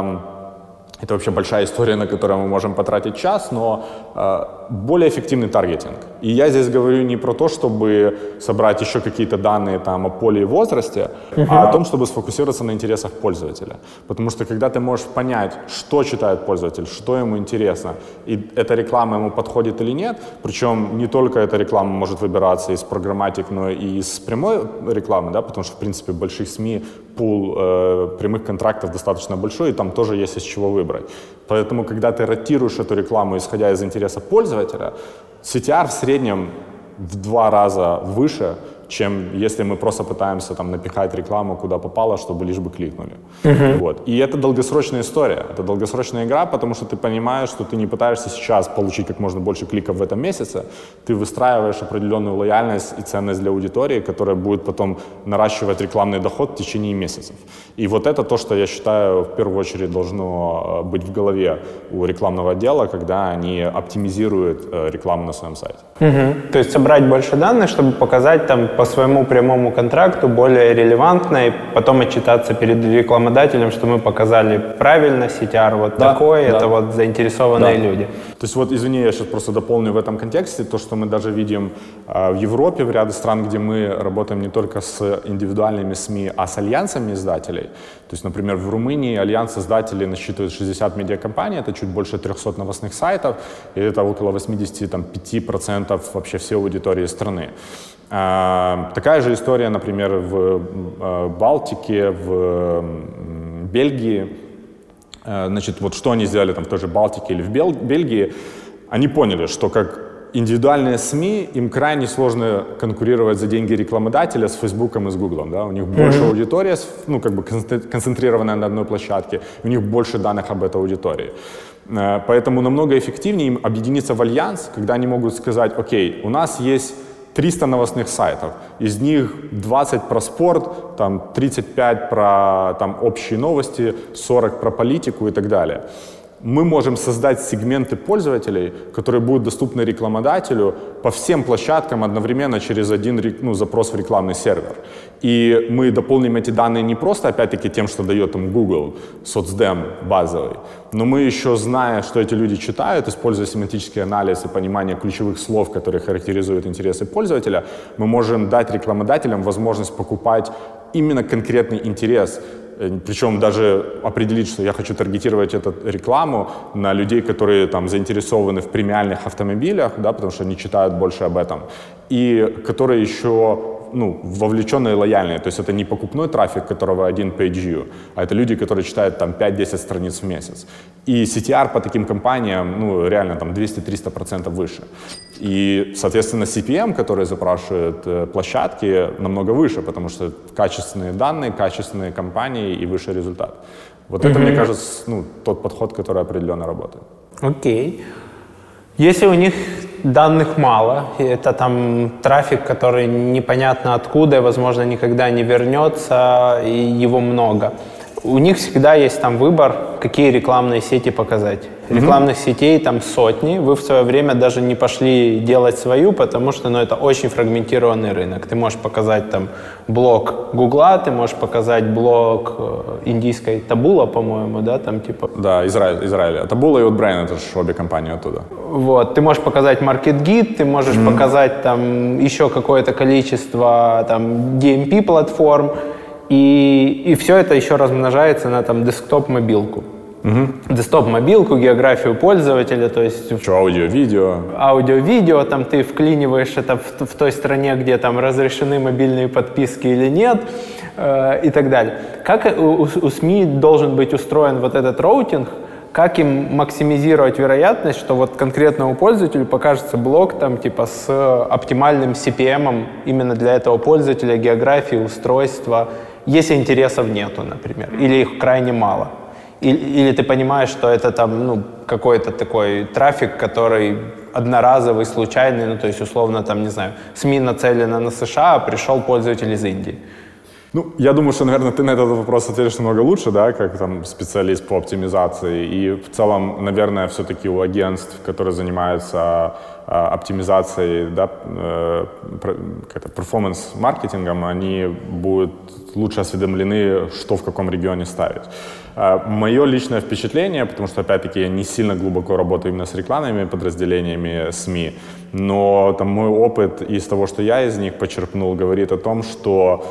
это вообще большая история, на которую мы можем потратить час, но более эффективный таргетинг. И я здесь говорю не про то, чтобы собрать еще какие-то данные там, о поле и возрасте, а о том, чтобы сфокусироваться на интересах пользователя. Потому что когда ты можешь понять, что читает пользователь, что ему интересно, и эта реклама ему подходит или нет, причем не только эта реклама может выбираться из программатик, но и из прямой рекламы, да, потому что, в принципе, в больших СМИ пул прямых контрактов достаточно большой, и там тоже есть из чего выбрать. Поэтому, когда ты ротируешь эту рекламу, исходя из интереса пользователя, CTR в среднем в 2 раза выше, чем если мы просто пытаемся там напихать рекламу куда попало, чтобы лишь бы кликнули. Вот. И это долгосрочная история, это долгосрочная игра, потому что ты понимаешь, что ты не пытаешься сейчас получить как можно больше кликов в этом месяце, ты выстраиваешь определенную лояльность и ценность для аудитории, которая будет потом наращивать рекламный доход в течение месяцев. И вот это то, что я считаю в первую очередь должно быть в голове у рекламного отдела, когда они оптимизируют рекламу на своем сайте. То есть собрать больше данных, чтобы показать там по своему прямому контракту более релевантно, и потом отчитаться перед рекламодателем, что мы показали правильно, CTR вот такой, это вот заинтересованные люди. То есть вот, извини, я сейчас просто дополню в этом контексте, то, что мы даже видим в Европе, в ряде стран, где мы работаем не только с индивидуальными СМИ, а с альянсами издателей. То есть, например, в Румынии альянс издателей насчитывает 60 медиакомпаний, это чуть больше 300 новостных сайтов, и это около 85% вообще всей аудитории страны. Такая же история, например, в Балтике, в Бельгии. Значит, вот что они сделали там в той же Балтике или в Бельгии, они поняли, что как индивидуальные СМИ, им крайне сложно конкурировать за деньги рекламодателя с Фейсбуком и с Гуглом. Да? У них больше аудитория, ну, как бы концентрированная на одной площадке, у них больше данных об этой аудитории. Поэтому намного эффективнее им объединиться в альянс, когда они могут сказать: окей, у нас есть 300 новостных сайтов, из них 20 про спорт, там 35 про там, общие новости, 40 про политику и так далее. Мы можем создать сегменты пользователей, которые будут доступны рекламодателю по всем площадкам одновременно через один запрос в рекламный сервер. И мы дополним эти данные не просто, опять-таки, тем, что дает им Google, соцдем базовый, но мы еще, зная, что эти люди читают, используя семантический анализ и понимание ключевых слов, которые характеризуют интересы пользователя, мы можем дать рекламодателям возможность покупать именно конкретный интерес Причем даже определить, что я хочу таргетировать эту рекламу на людей, которые там заинтересованы в премиальных автомобилях, да, потому что они читают больше об этом, и которые еще вовлеченные, лояльные. То есть это не покупной трафик, которого один page view, а это люди, которые читают там 5-10 страниц в месяц. И CTR по таким компаниям, реально там 200-300% выше. И, соответственно, CPM, который запрашивают площадки, намного выше, потому что качественные данные, качественные компании и высший результат. Вот это, мне кажется, тот подход, который определенно работает. Окей. Если у них данных мало, и это там трафик, который непонятно откуда, и, возможно, никогда не вернется, и его много, у них всегда есть там выбор, какие рекламные сети показать. Рекламных сетей там сотни. Вы в свое время даже не пошли делать свою, потому что это очень фрагментированный рынок. Ты можешь показать там блог Гугла, ты можешь показать блог индийской Табула, по-моему, да, там типа... Да, Израиля. Табула и WhatBrain, это же обе компании оттуда. Вот, ты можешь показать MarketGeek, ты можешь показать там еще какое-то количество там DMP-платформ, и все это еще размножается на там десктоп-мобилку. Десктоп-мобилку, географию пользователя, то есть... Аудио-видео. Аудио-видео, там ты вклиниваешь это в той стране, где там разрешены мобильные подписки или нет, и так далее. Как у СМИ должен быть устроен вот этот роутинг, как им максимизировать вероятность, что вот конкретному пользователю покажется блог там типа с оптимальным CPM именно для этого пользователя, географии, устройства, если интересов нету, например, или их крайне мало. Или ты понимаешь, что это там, какой-то такой трафик, который одноразовый, случайный, то есть условно там, не знаю, СМИ нацелено на США, а пришел пользователь из Индии. Я думаю, что, наверное, ты на этот вопрос ответишь намного лучше, да, как там специалист по оптимизации. И в целом, наверное, все-таки у агентств, которые занимаются оптимизацией, да, перформанс-маркетингом, они будут лучше осведомлены, что в каком регионе ставить. Мое личное впечатление, потому что, опять-таки, я не сильно глубоко работаю именно с рекламными подразделениями СМИ, но там мой опыт из того, что я из них почерпнул, говорит о том, что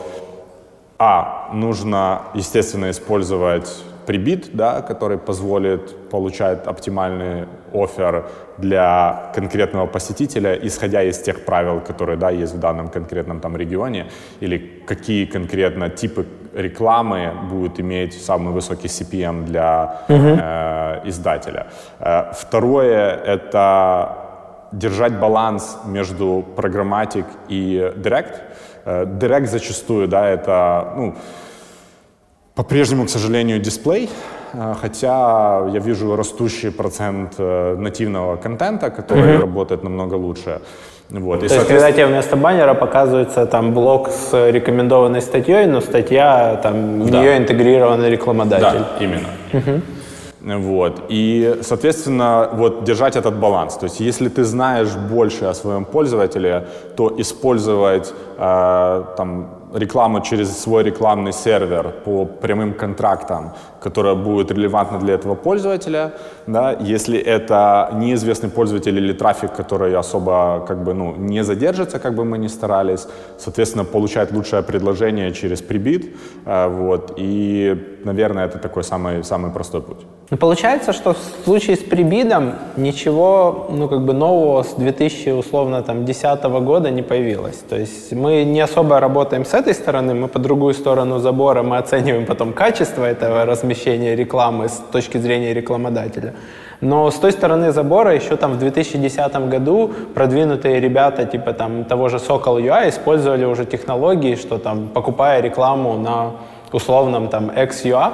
нужно, естественно, использовать прибит, да, который позволит получать оптимальный оффер для конкретного посетителя, исходя из тех правил, которые, да, есть в данном конкретном там регионе, или какие конкретно типы рекламы будут иметь самый высокий CPM для издателя. Второе — это держать баланс между программатик и директ. Директ зачастую, да, это, по-прежнему, к сожалению, дисплей, хотя я вижу растущий процент нативного контента, который работает намного лучше. Вот. То есть, когда тебе вместо баннера показывается там блог с рекомендованной статьей, но статья, там, в нее интегрирован рекламодатель. Да, именно. Вот. И, соответственно, вот держать этот баланс. То есть, если ты знаешь больше о своем пользователе, то использовать рекламу через свой рекламный сервер по прямым контрактам, которая будет релевантна для этого пользователя. Да? Если это неизвестный пользователь или трафик, который особо не задержится, как бы мы ни старались, соответственно, получать лучшее предложение через прибит. Вот. И, наверное, это такой самый простой путь. Получается, что в случае с прибидом ничего нового с 2010 года не появилось. То есть мы не особо работаем с этой стороны, мы по другую сторону забора, мы оцениваем потом качество этого размещения рекламы с точки зрения рекламодателя. Но с той стороны забора еще там в 2010 году продвинутые ребята типа там того же Sokal.ua использовали уже технологии, что там, покупая рекламу на условном там X.ua,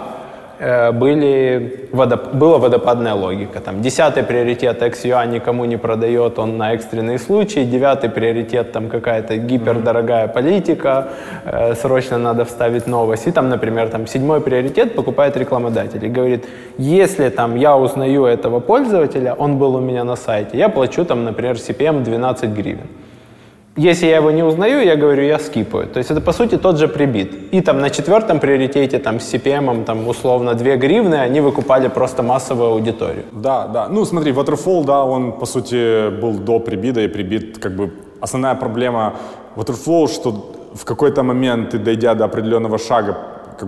была водопадная логика. Там, 10-й приоритет X.ua никому не продает, он на экстренные случаи. 9-й приоритет там какая-то гипердорогая политика, срочно надо вставить новость. И там, например, 7-й приоритет покупает рекламодатель и говорит, если там я узнаю этого пользователя, он был у меня на сайте, я плачу там, например, CPM 12 гривен. Если я его не узнаю, я говорю, я скипаю. То есть это, по сути, тот же прибит. И там на 4-м приоритете там, с CPM там, условно 2 гривны они выкупали просто массовую аудиторию. Да. Смотри, Waterfall, да, он, по сути, был до прибита, и прибит, основная проблема Waterfall, что в какой-то момент ты, дойдя до определенного шага,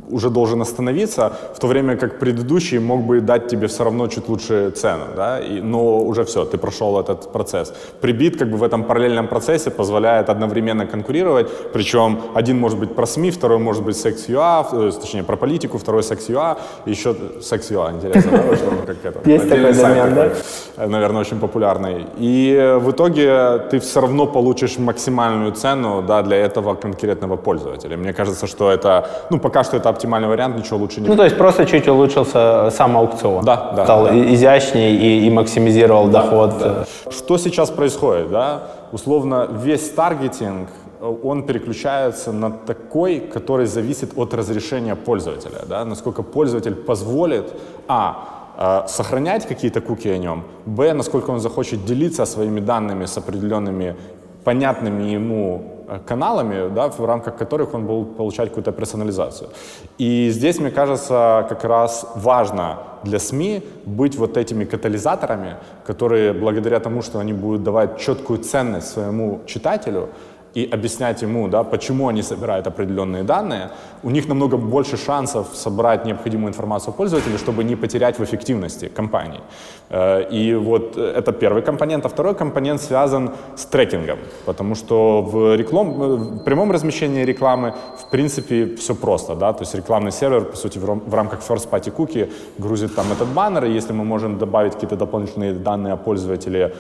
уже должен остановиться, в то время как предыдущий мог бы дать тебе все равно чуть лучше цену, да, но уже все, ты прошел этот процесс. Прибит как бы в этом параллельном процессе позволяет одновременно конкурировать, причем один может быть про СМИ, второй может быть Sex.ua, точнее про политику, второй Sex.ua, еще Sex.ua, интересно, да, что как это? Есть такой домен, да? Наверное, очень популярный. И в итоге ты все равно получишь максимальную цену, да, для этого конкретного пользователя. Мне кажется, что это, пока что это оптимальный вариант, ничего лучше не. То есть просто чуть улучшился сам аукцион. Да. Стал изящнее и максимизировал доход. Да. Что сейчас происходит, да? Условно, весь таргетинг, он переключается на такой, который зависит от разрешения пользователя, да? Насколько пользователь позволит, сохранять какие-то куки о нем, б, насколько он захочет делиться своими данными с определенными понятными ему каналами, да, в рамках которых он будет получать какую-то персонализацию. И здесь, мне кажется, как раз важно для СМИ быть вот этими катализаторами, которые благодаря тому, что они будут давать четкую ценность своему читателю и объяснять ему, да, почему они собирают определенные данные, у них намного больше шансов собрать необходимую информацию о пользователе, чтобы не потерять в эффективности компании. И вот это первый компонент. А второй компонент связан с трекингом, потому что в прямом размещении рекламы в принципе все просто, да, то есть рекламный сервер, по сути, в рамках first-party cookie грузит там этот баннер, и если мы можем добавить какие-то дополнительные данные о пользователе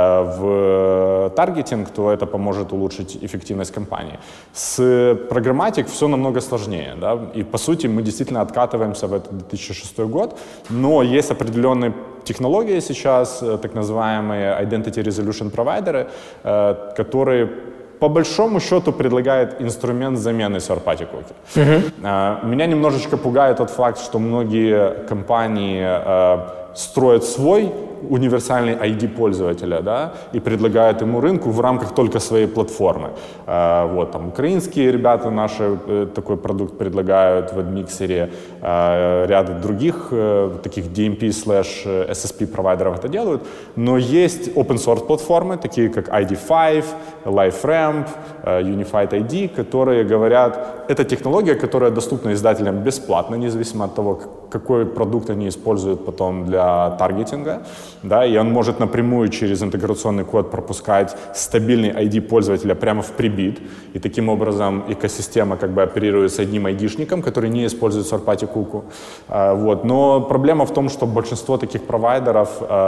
в таргетинг, то это поможет улучшить эффективность кампании. С программатик все намного сложнее, да, и по сути мы действительно откатываемся в этот 2006 год, но есть определенные технологии сейчас, так называемые Identity Resolution провайдеры, которые по большому счету предлагают инструмент замены third-party cookie. Меня немножечко пугает тот факт, что многие компании строят свой универсальный ID пользователя, да, и предлагают ему рынку в рамках только своей платформы. Вот, там, украинские ребята наши такой продукт предлагают в AdMixer, ряд других таких DMP/SSP провайдеров это делают, но есть open source платформы, такие как ID5, LiveRamp, Unified ID, которые говорят, это технология, которая доступна издателям бесплатно, независимо от того, какой продукт они используют потом для таргетинга, да, и он может напрямую через интеграционный код пропускать стабильный ID пользователя прямо в прибит, и таким образом экосистема как бы оперирует с одним ID-шником, который не использует third-party cookie. Вот. Но проблема в том, что большинство таких провайдеров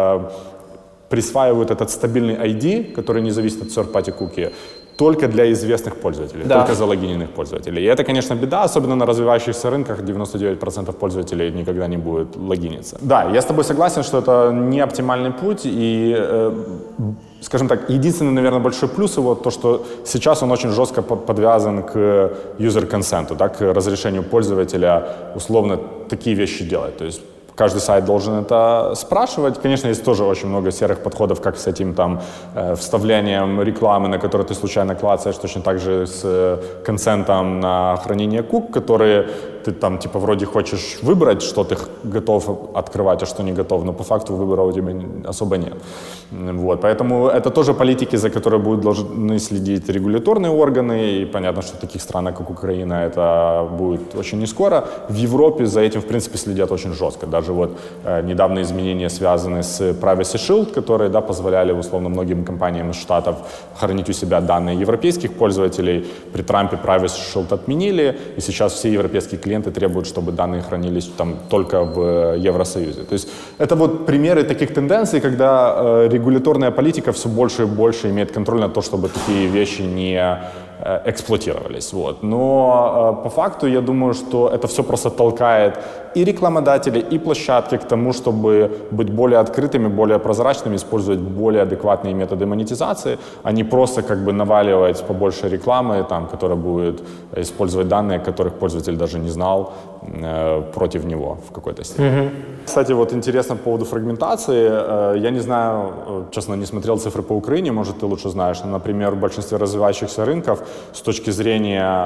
присваивают этот стабильный ID, который не зависит от third-party cookie, только для известных пользователей, да, только залогиненных пользователей. И это, конечно, беда, особенно на развивающихся рынках, 99% пользователей никогда не будет логиниться. Да, я с тобой согласен, что это не оптимальный путь, и, скажем так, единственный, наверное, большой плюс его, то, что сейчас он очень жестко подвязан к user-consent, да, к разрешению пользователя условно такие вещи делать. То есть каждый сайт должен это спрашивать. Конечно, есть тоже очень много серых подходов, как с этим там вставлением рекламы, на которую ты случайно клацаешь, точно так же с консентом на хранение кук, которые ты там типа вроде хочешь выбрать, что ты готов открывать, а что не готов, но по факту выбора у тебя особо нет. Вот, поэтому это тоже политики, за которые должны следить регуляторные органы, и понятно, что в таких странах, как Украина, это будет очень не скоро. В Европе за этим, в принципе, следят очень жестко. Даже вот недавние изменения связаны с Privacy Shield, которые, да, позволяли условно многим компаниям из Штатов хранить у себя данные европейских пользователей. При Трампе Privacy Shield отменили, и сейчас все европейские клиенты требуют, чтобы данные хранились там только в Евросоюзе. То есть это вот примеры таких тенденций, когда регуляторная политика все больше и больше имеет контроль на то, чтобы такие вещи не эксплуатировались. Вот. Но по факту я думаю, что это все просто толкает и рекламодателей, и площадки к тому, чтобы быть более открытыми, более прозрачными, использовать более адекватные методы монетизации, а не просто как бы наваливать побольше рекламы, там, которая будет использовать данные, которых пользователь даже не знал, против него в какой-то степени. Кстати, вот интересно по поводу фрагментации. Я не знаю, честно, не смотрел цифры по Украине, может, ты лучше знаешь, но, например, в большинстве развивающихся рынков с точки зрения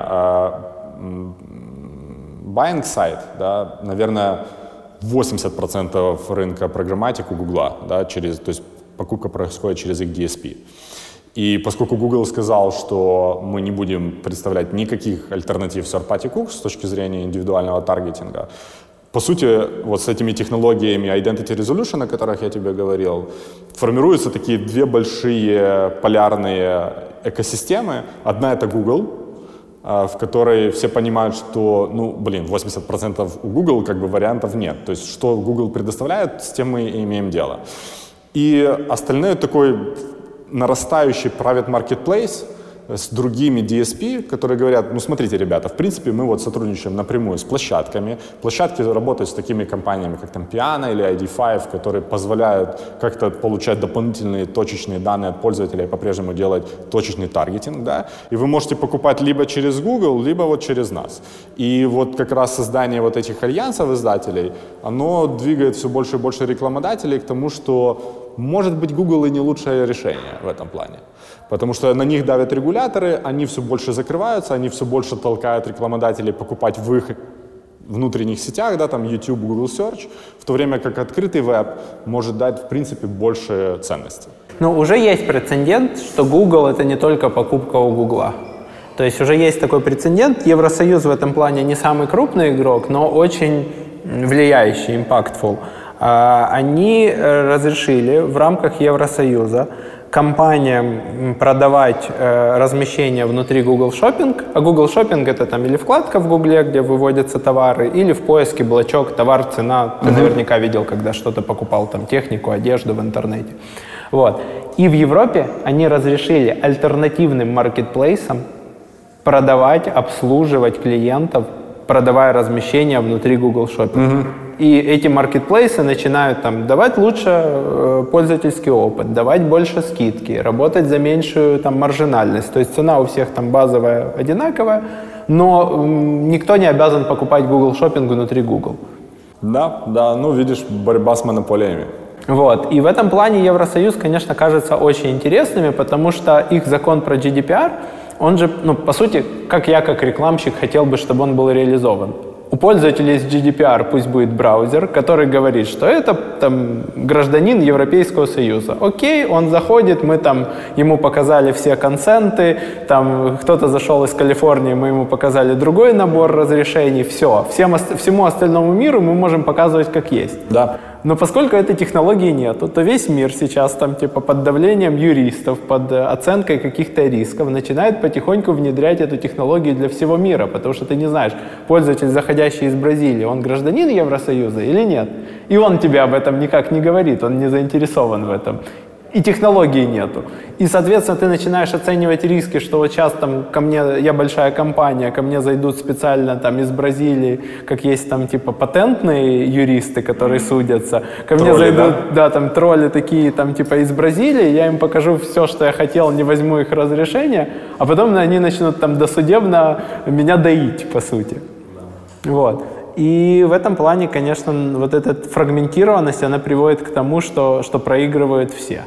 buying side, да, наверное, 80% рынка программатик у Гугла, да, то есть покупка происходит через их DSP. И поскольку Google сказал, что мы не будем представлять никаких альтернатив third-party cookies с точки зрения индивидуального таргетинга, по сути, вот с этими технологиями Identity Resolution, о которых я тебе говорил, формируются такие две большие полярные экосистемы. Одна — это Google, в которой все понимают, что, 80% у Google как бы вариантов нет. То есть, что Google предоставляет, с тем мы имеем дело. И остальное такой нарастающий private marketplace с другими DSP, которые говорят, смотрите, ребята, в принципе, мы вот сотрудничаем напрямую с площадками. Площадки работают с такими компаниями, как там Piano или ID5, которые позволяют как-то получать дополнительные точечные данные от пользователя и по-прежнему делать точечный таргетинг, да. И вы можете покупать либо через Google, либо вот через нас. И вот как раз создание вот этих альянсов издателей, оно двигает все больше и больше рекламодателей к тому, что может быть, Google и не лучшее решение в этом плане. Потому что на них давят регуляторы, они все больше закрываются, они все больше толкают рекламодателей покупать в их внутренних сетях, да, там YouTube, Google Search, в то время как открытый веб может дать, в принципе, больше ценности. Уже есть прецедент, что Google — это не только покупка у Google. То есть уже есть такой прецедент. Евросоюз в этом плане не самый крупный игрок, но очень влияющий, impactful. Они разрешили в рамках Евросоюза компаниям продавать размещение внутри Google Shopping. А Google Shopping — это там или вкладка в Google, где выводятся товары, или в поиске блочок «Товар, цена». Ты наверняка видел, когда что-то покупал, там технику, одежду в интернете. Вот. И в Европе они разрешили альтернативным маркетплейсам продавать, обслуживать клиентов, продавая размещение внутри Google Shopping. И эти маркетплейсы начинают там давать лучше пользовательский опыт, давать больше скидки, работать за меньшую там маржинальность. То есть цена у всех там базовая одинаковая, но никто не обязан покупать Google Shopping внутри Google. Да, видишь, борьба с монополиями. Вот. И в этом плане Евросоюз, конечно, кажется очень интересными, потому что их закон про GDPR, он же, по сути, как я, как рекламщик, хотел бы, чтобы он был реализован. У пользователей с GDPR пусть будет браузер, который говорит, что это там гражданин Европейского Союза. Окей, он заходит, мы там ему показали все консенты, там кто-то зашел из Калифорнии, мы ему показали другой набор разрешений, все. Всему остальному миру мы можем показывать как есть. Да. Но поскольку этой технологии нету, то весь мир сейчас там типа под давлением юристов, под оценкой каких-то рисков начинает потихоньку внедрять эту технологию для всего мира, потому что ты не знаешь, пользователь, заходящий из Бразилии, он гражданин Евросоюза или нет. И он тебе об этом никак не говорит, он не заинтересован в этом. И технологии нету. И, соответственно, ты начинаешь оценивать риски, что вот сейчас там ко мне, я большая компания, ко мне зайдут специально там из Бразилии, как есть там типа патентные юристы, которые судятся. Ко мне зайдут, да, там тролли такие там типа из Бразилии, я им покажу все, что я хотел, не возьму их разрешения, а потом они начнут там досудебно меня доить, по сути. Вот. И в этом плане, конечно, вот эта фрагментированность, она приводит к тому, что проигрывают все.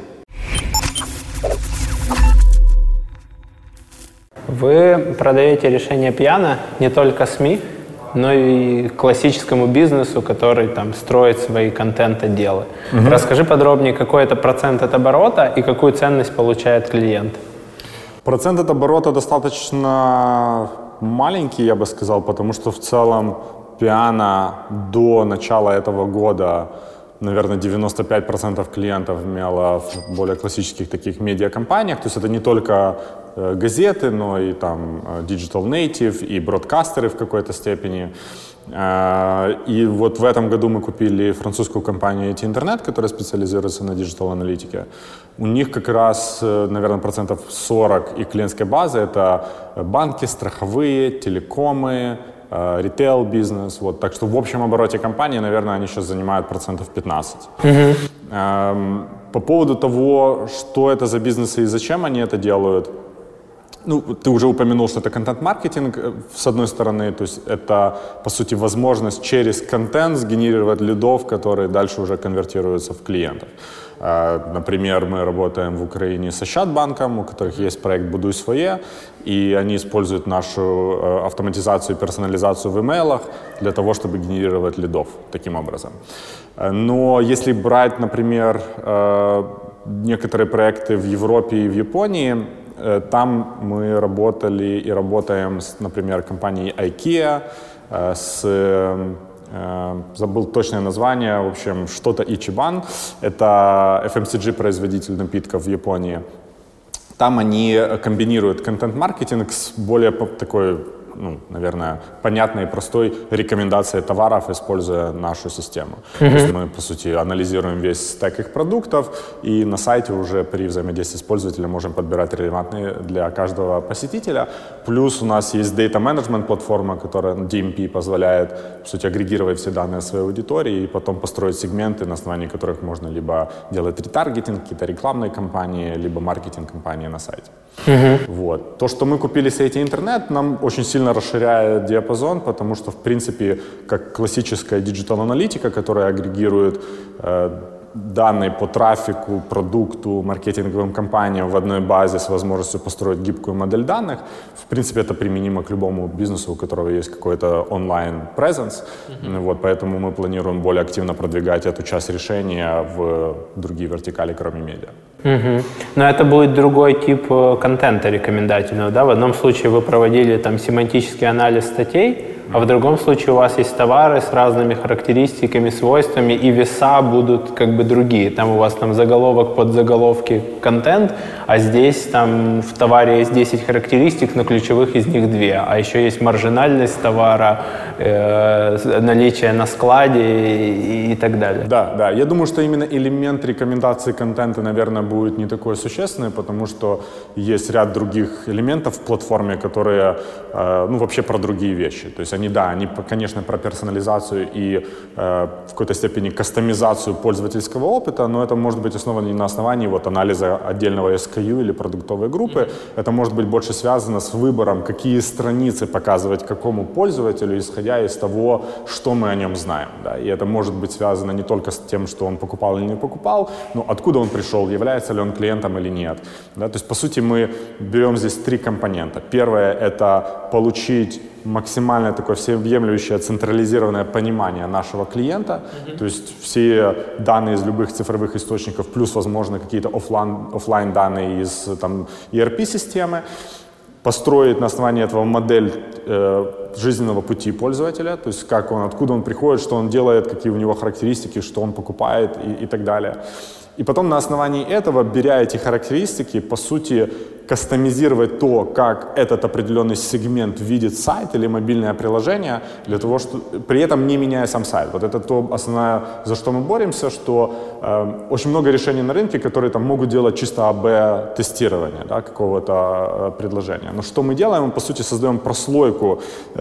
Вы продаете решение Piano не только СМИ, но и классическому бизнесу, который там строит свои контент-отделы. Расскажи подробнее, какой это процент от оборота и какую ценность получает клиент. Процент от оборота достаточно маленький, я бы сказал, потому что в целом Piano до начала этого года, наверное, 95% клиентов имело в более классических таких медиакомпаниях. То есть это не только газеты, но и там digital native, и бродкастеры в какой-то степени. И вот в этом году мы купили французскую компанию IT Internet, которая специализируется на диджитал-аналитике. У них как раз, наверное, 40% их клиентской базы — это банки, страховые, телекомы, ритейл-бизнес. Вот. Так что в общем обороте компании, наверное, они сейчас занимают 15%. По поводу того, что это за бизнесы и зачем они это делают, Ну, ты уже упомянул, что это контент-маркетинг, с одной стороны, то есть это, по сути, возможность через контент сгенерировать лидов, которые дальше уже конвертируются в клиентов. Например, мы работаем в Украине с Ощадбанком, у которых есть проект «Будуй своє», и они используют нашу автоматизацию и персонализацию в имейлах для того, чтобы генерировать лидов таким образом. Но если брать, например, некоторые проекты в Европе и в Японии, там мы работали и работаем с, например, компанией IKEA, забыл точное название, в общем, что-то Ichiban, это FMCG-производитель напитков в Японии. Там они комбинируют контент-маркетинг с более такой, ну, наверное, понятной и простой рекомендацией товаров, используя нашу систему. То есть мы, по сути, анализируем весь стек их продуктов, и на сайте уже при взаимодействии с пользователем можем подбирать релевантные для каждого посетителя. Плюс у нас есть Data Management платформа, которая DMP позволяет, по сути, агрегировать все данные своей аудитории и потом построить сегменты, на основании которых можно либо делать ретаргетинг, какие-то рекламные кампании, либо маркетинг-кампании на сайте. Вот. То, что мы купили сети интернет, нам очень сильно расширяет диапазон, потому что, в принципе, как классическая диджитал-аналитика, которая агрегирует данные по трафику, продукту, маркетинговым компаниям в одной базе с возможностью построить гибкую модель данных, в принципе, это применимо к любому бизнесу, у которого есть какой-то онлайн-презенс. Вот, поэтому мы планируем более активно продвигать эту часть решения в другие вертикали, кроме медиа. Но это будет другой тип контента рекомендательного, да? В одном случае вы проводили там семантический анализ статей, а в другом случае у вас есть товары с разными характеристиками, свойствами, и веса будут как бы другие. Там у вас там заголовок, подзаголовки, контент, а здесь там в товаре есть 10 характеристик, но ключевых из них 2. А еще есть маржинальность товара, наличие на складе и так далее. Да, да. Я думаю, что именно элемент рекомендации контента, наверное, будет не такой существенный, потому что есть ряд других элементов в платформе, которые, ну, вообще про другие вещи. То есть они, конечно, про персонализацию и в какой-то степени кастомизацию пользовательского опыта, но это может быть основано не на основании вот анализа отдельного SKU или продуктовой группы. Это может быть больше связано с выбором, какие страницы показывать какому пользователю, исходя из того, что мы о нем знаем. Да. И это может быть связано не только с тем, что он покупал или не покупал, но откуда он пришел, является ли он клиентом или нет. Да. То есть, по сути, мы берем здесь 3 компонента. Первое — это получить максимально такое всеобъемлющее централизированное понимание нашего клиента, то есть все данные из любых цифровых источников, плюс, возможно, какие-то офлайн данные из там, ERP-системы, построить на основании этого модель жизненного пути пользователя, то есть как он, откуда он приходит, что он делает, какие у него характеристики, что он покупает и так далее. И потом на основании этого, беря эти характеристики, по сути, кастомизировать то, как этот определенный сегмент видит сайт или мобильное приложение, для того, что при этом не меняя сам сайт. Вот это то основное, за что мы боремся, что очень много решений на рынке, которые там могут делать чисто АБ-тестирование, да, какого-то предложения. Но что мы делаем? Мы, по сути, создаем прослойку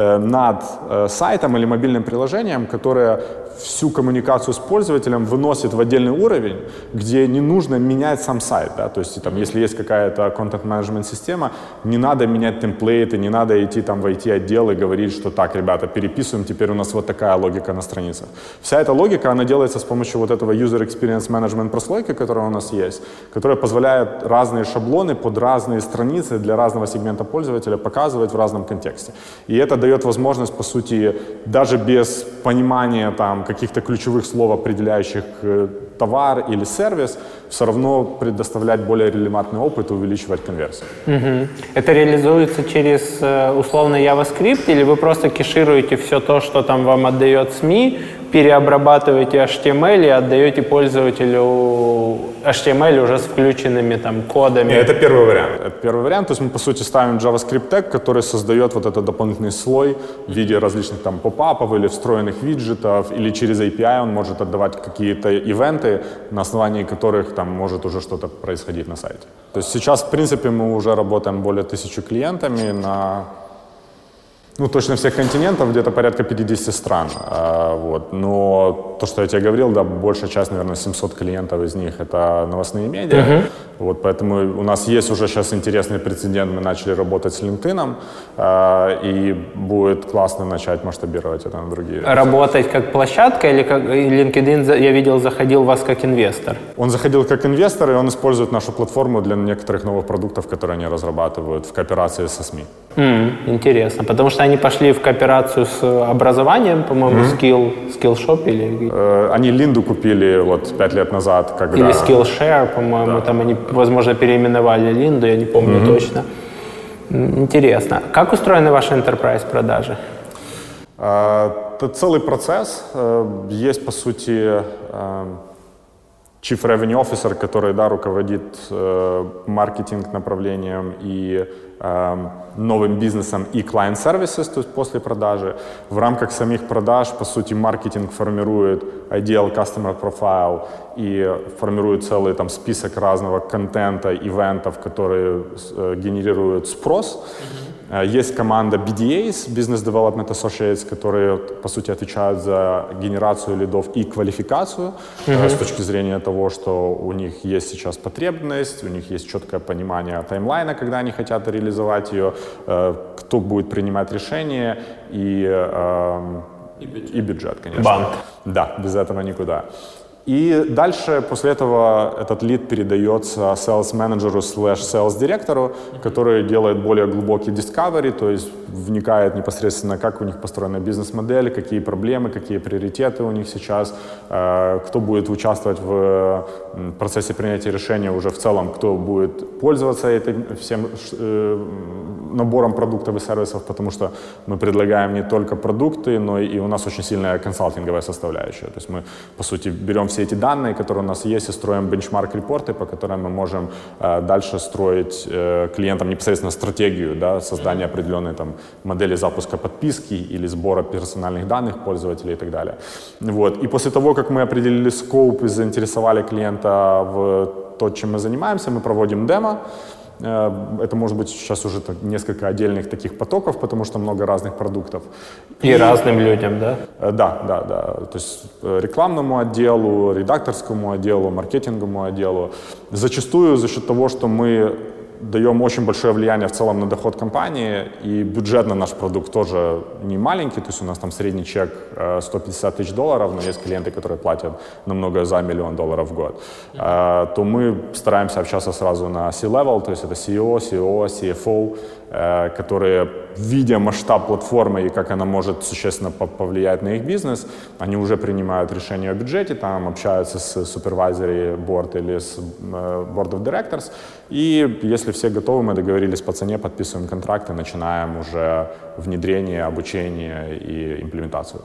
над сайтом или мобильным приложением, которое всю коммуникацию с пользователем выносит в отдельный уровень, где не нужно менять сам сайт. Да? То есть, там, если есть какая-то контент-менеджмент-система, не надо менять темплейты, не надо идти там, в IT-отдел и говорить, что так, ребята, переписываем, теперь у нас вот такая логика на страницах. Вся эта логика, она делается с помощью вот этого User Experience Management прослойки, которая у нас есть, которая позволяет разные шаблоны под разные страницы для разного сегмента пользователя показывать в разном контексте. И это дает возможность, по сути, даже без понимания там, каких-то ключевых слов, определяющих товар или сервис, все равно предоставлять более релевантный опыт и увеличивать конверсию. Это реализуется через условный JavaScript, или вы просто кешируете все то, что там вам отдает СМИ, переобрабатываете HTML и отдаете пользователю HTML уже с включенными там кодами? Это первый вариант. Это первый вариант. То есть мы, по сути, ставим JavaScript тег, который создает вот этот дополнительный слой в виде различных там попапов или встроенных виджетов, или через API он может отдавать какие-то ивенты, на основании которых там может уже что-то происходить на сайте. То есть сейчас, в принципе, мы уже работаем более 1000 клиентами на точно всех континентов, где-то порядка 50 стран. Вот. Но то, что я тебе говорил, да, большая часть, наверное, 700 клиентов из них — это новостные медиа. Вот, поэтому у нас есть уже сейчас интересный прецедент. Мы начали работать с LinkedIn, и будет классно начать масштабировать это на другие. Работать как площадка или как LinkedIn, я видел, заходил вас как инвестор? Он заходил как инвестор, и он использует нашу платформу для некоторых новых продуктов, которые они разрабатывают в кооперации со СМИ. Интересно, потому что они пошли в кооперацию с образованием, по-моему, Skillshop или... Они Линду купили вот 5 лет назад, когда... Или Skillshare, по-моему, да. Там они, возможно, переименовали Линду, я не помню точно. Интересно. Как устроены ваши enterprise продажи? Это целый процесс. Есть, по сути, Chief Revenue Officer, который, да, руководит маркетинг направлением и новым бизнесом и client services, то есть после продажи. В рамках самих продаж, по сути, маркетинг формирует ideal customer profile и формирует целый там список разного контента, ивентов, которые генерируют спрос. Есть команда BDAs, Business Development Associates, которые, по сути, отвечают за генерацию лидов и квалификацию с точки зрения того, что у них есть сейчас потребность, у них есть четкое понимание таймлайна, когда они хотят реализовать ее, кто будет принимать решения и бюджет, конечно. Банк. Да, без этого никуда. И дальше, после этого, этот лид передается sales-менеджеру /sales-директору, который делает более глубокий discovery, то есть вникает непосредственно, как у них построена бизнес-модель, какие проблемы, какие приоритеты у них сейчас, кто будет участвовать в процессе принятия решения уже в целом, кто будет пользоваться этим всем набором продуктов и сервисов, потому что мы предлагаем не только продукты, но и у нас очень сильная консалтинговая составляющая. То есть мы, по сути, берем все эти данные, которые у нас есть, и строим бенчмарк-репорты, по которым мы можем дальше строить клиентам непосредственно стратегию, да, создания определенной там, модели запуска подписки или сбора персональных данных пользователей и так далее. Вот. И после того, как мы определили скоуп и заинтересовали клиента в то, чем мы занимаемся, мы проводим демо. Это может быть сейчас уже несколько отдельных таких потоков, потому что много разных продуктов. И разным людям, да? Да. То есть рекламному отделу, редакторскому отделу, маркетинговому отделу. Зачастую за счет того, что мы даем очень большое влияние в целом на доход компании, и бюджет на наш продукт тоже не маленький, то есть у нас там средний чек $150 тысяч, но есть клиенты, которые платят намного за $1 миллион в год, то мы стараемся общаться сразу на C-level, то есть это CEO, COO, CFO, которые, видя масштаб платформы и как она может существенно повлиять на их бизнес, они уже принимают решение о бюджете, там общаются с supervisory board или с board of directors, и если все готовы, мы договорились по цене, подписываем контракты, начинаем уже внедрение, обучение и имплементацию.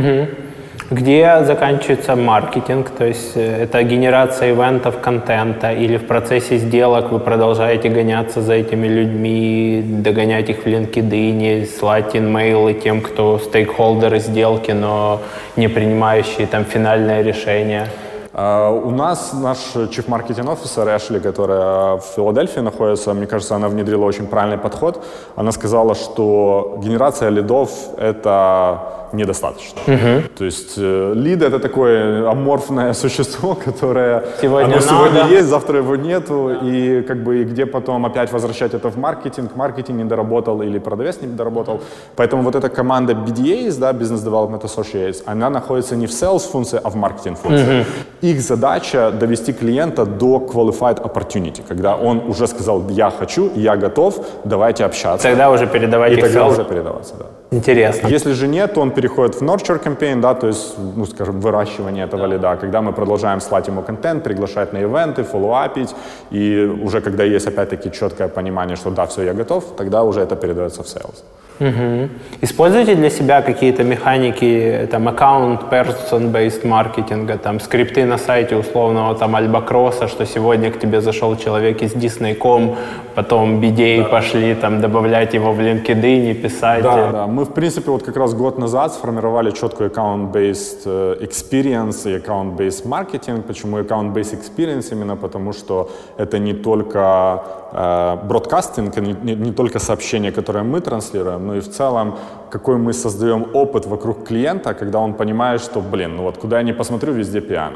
Где заканчивается маркетинг, то есть это генерация ивентов, контента, или в процессе сделок вы продолжаете гоняться за этими людьми, догонять их в LinkedIn, слать инмейлы тем, кто стейкхолдеры сделки, но не принимающие там финальное решение? У нас наш Chief Marketing Officer Эшли, которая в Филадельфии находится, мне кажется, она внедрила очень правильный подход. Она сказала, что генерация лидов — это недостаточно. То есть лид — это такое аморфное существо, которое сегодня есть, завтра его нету, и как бы и где потом опять возвращать это в маркетинг не доработал или продавец не доработал. Поэтому вот эта команда BDAs, да, Business Development Associates, она находится не в sales функции, а в маркетинг функции. Их задача довести клиента до qualified opportunity, когда он уже сказал: я хочу, я готов, давайте общаться. Тогда уже передавать их и тогда уже передаваться, да. Интересно. Если же нет, то он переходит в nurture campaign, да, то есть, ну, скажем, выращивание этого лида, когда мы продолжаем слать ему контент, приглашать на ивенты, фоллоуапить, и уже когда есть опять-таки четкое понимание, что да, все, я готов, тогда уже это передается в sales. Используете для себя какие-то механики, там, аккаунт, person-based маркетинга, там, скрипты на сайте условного, там, Альбакроса, что сегодня к тебе зашел человек из Disney.com, потом BDA пошли, там, добавлять его в LinkedIn, писать. Да. Мы, в принципе, вот как раз год назад сформировали четкую account-based experience и account-based marketing. Почему account-based experience? Именно потому, что это не только бродкастинг, не только сообщения, которые мы транслируем, но и в целом, какой мы создаем опыт вокруг клиента, когда он понимает, что, ну вот куда я ни посмотрю, везде пиано.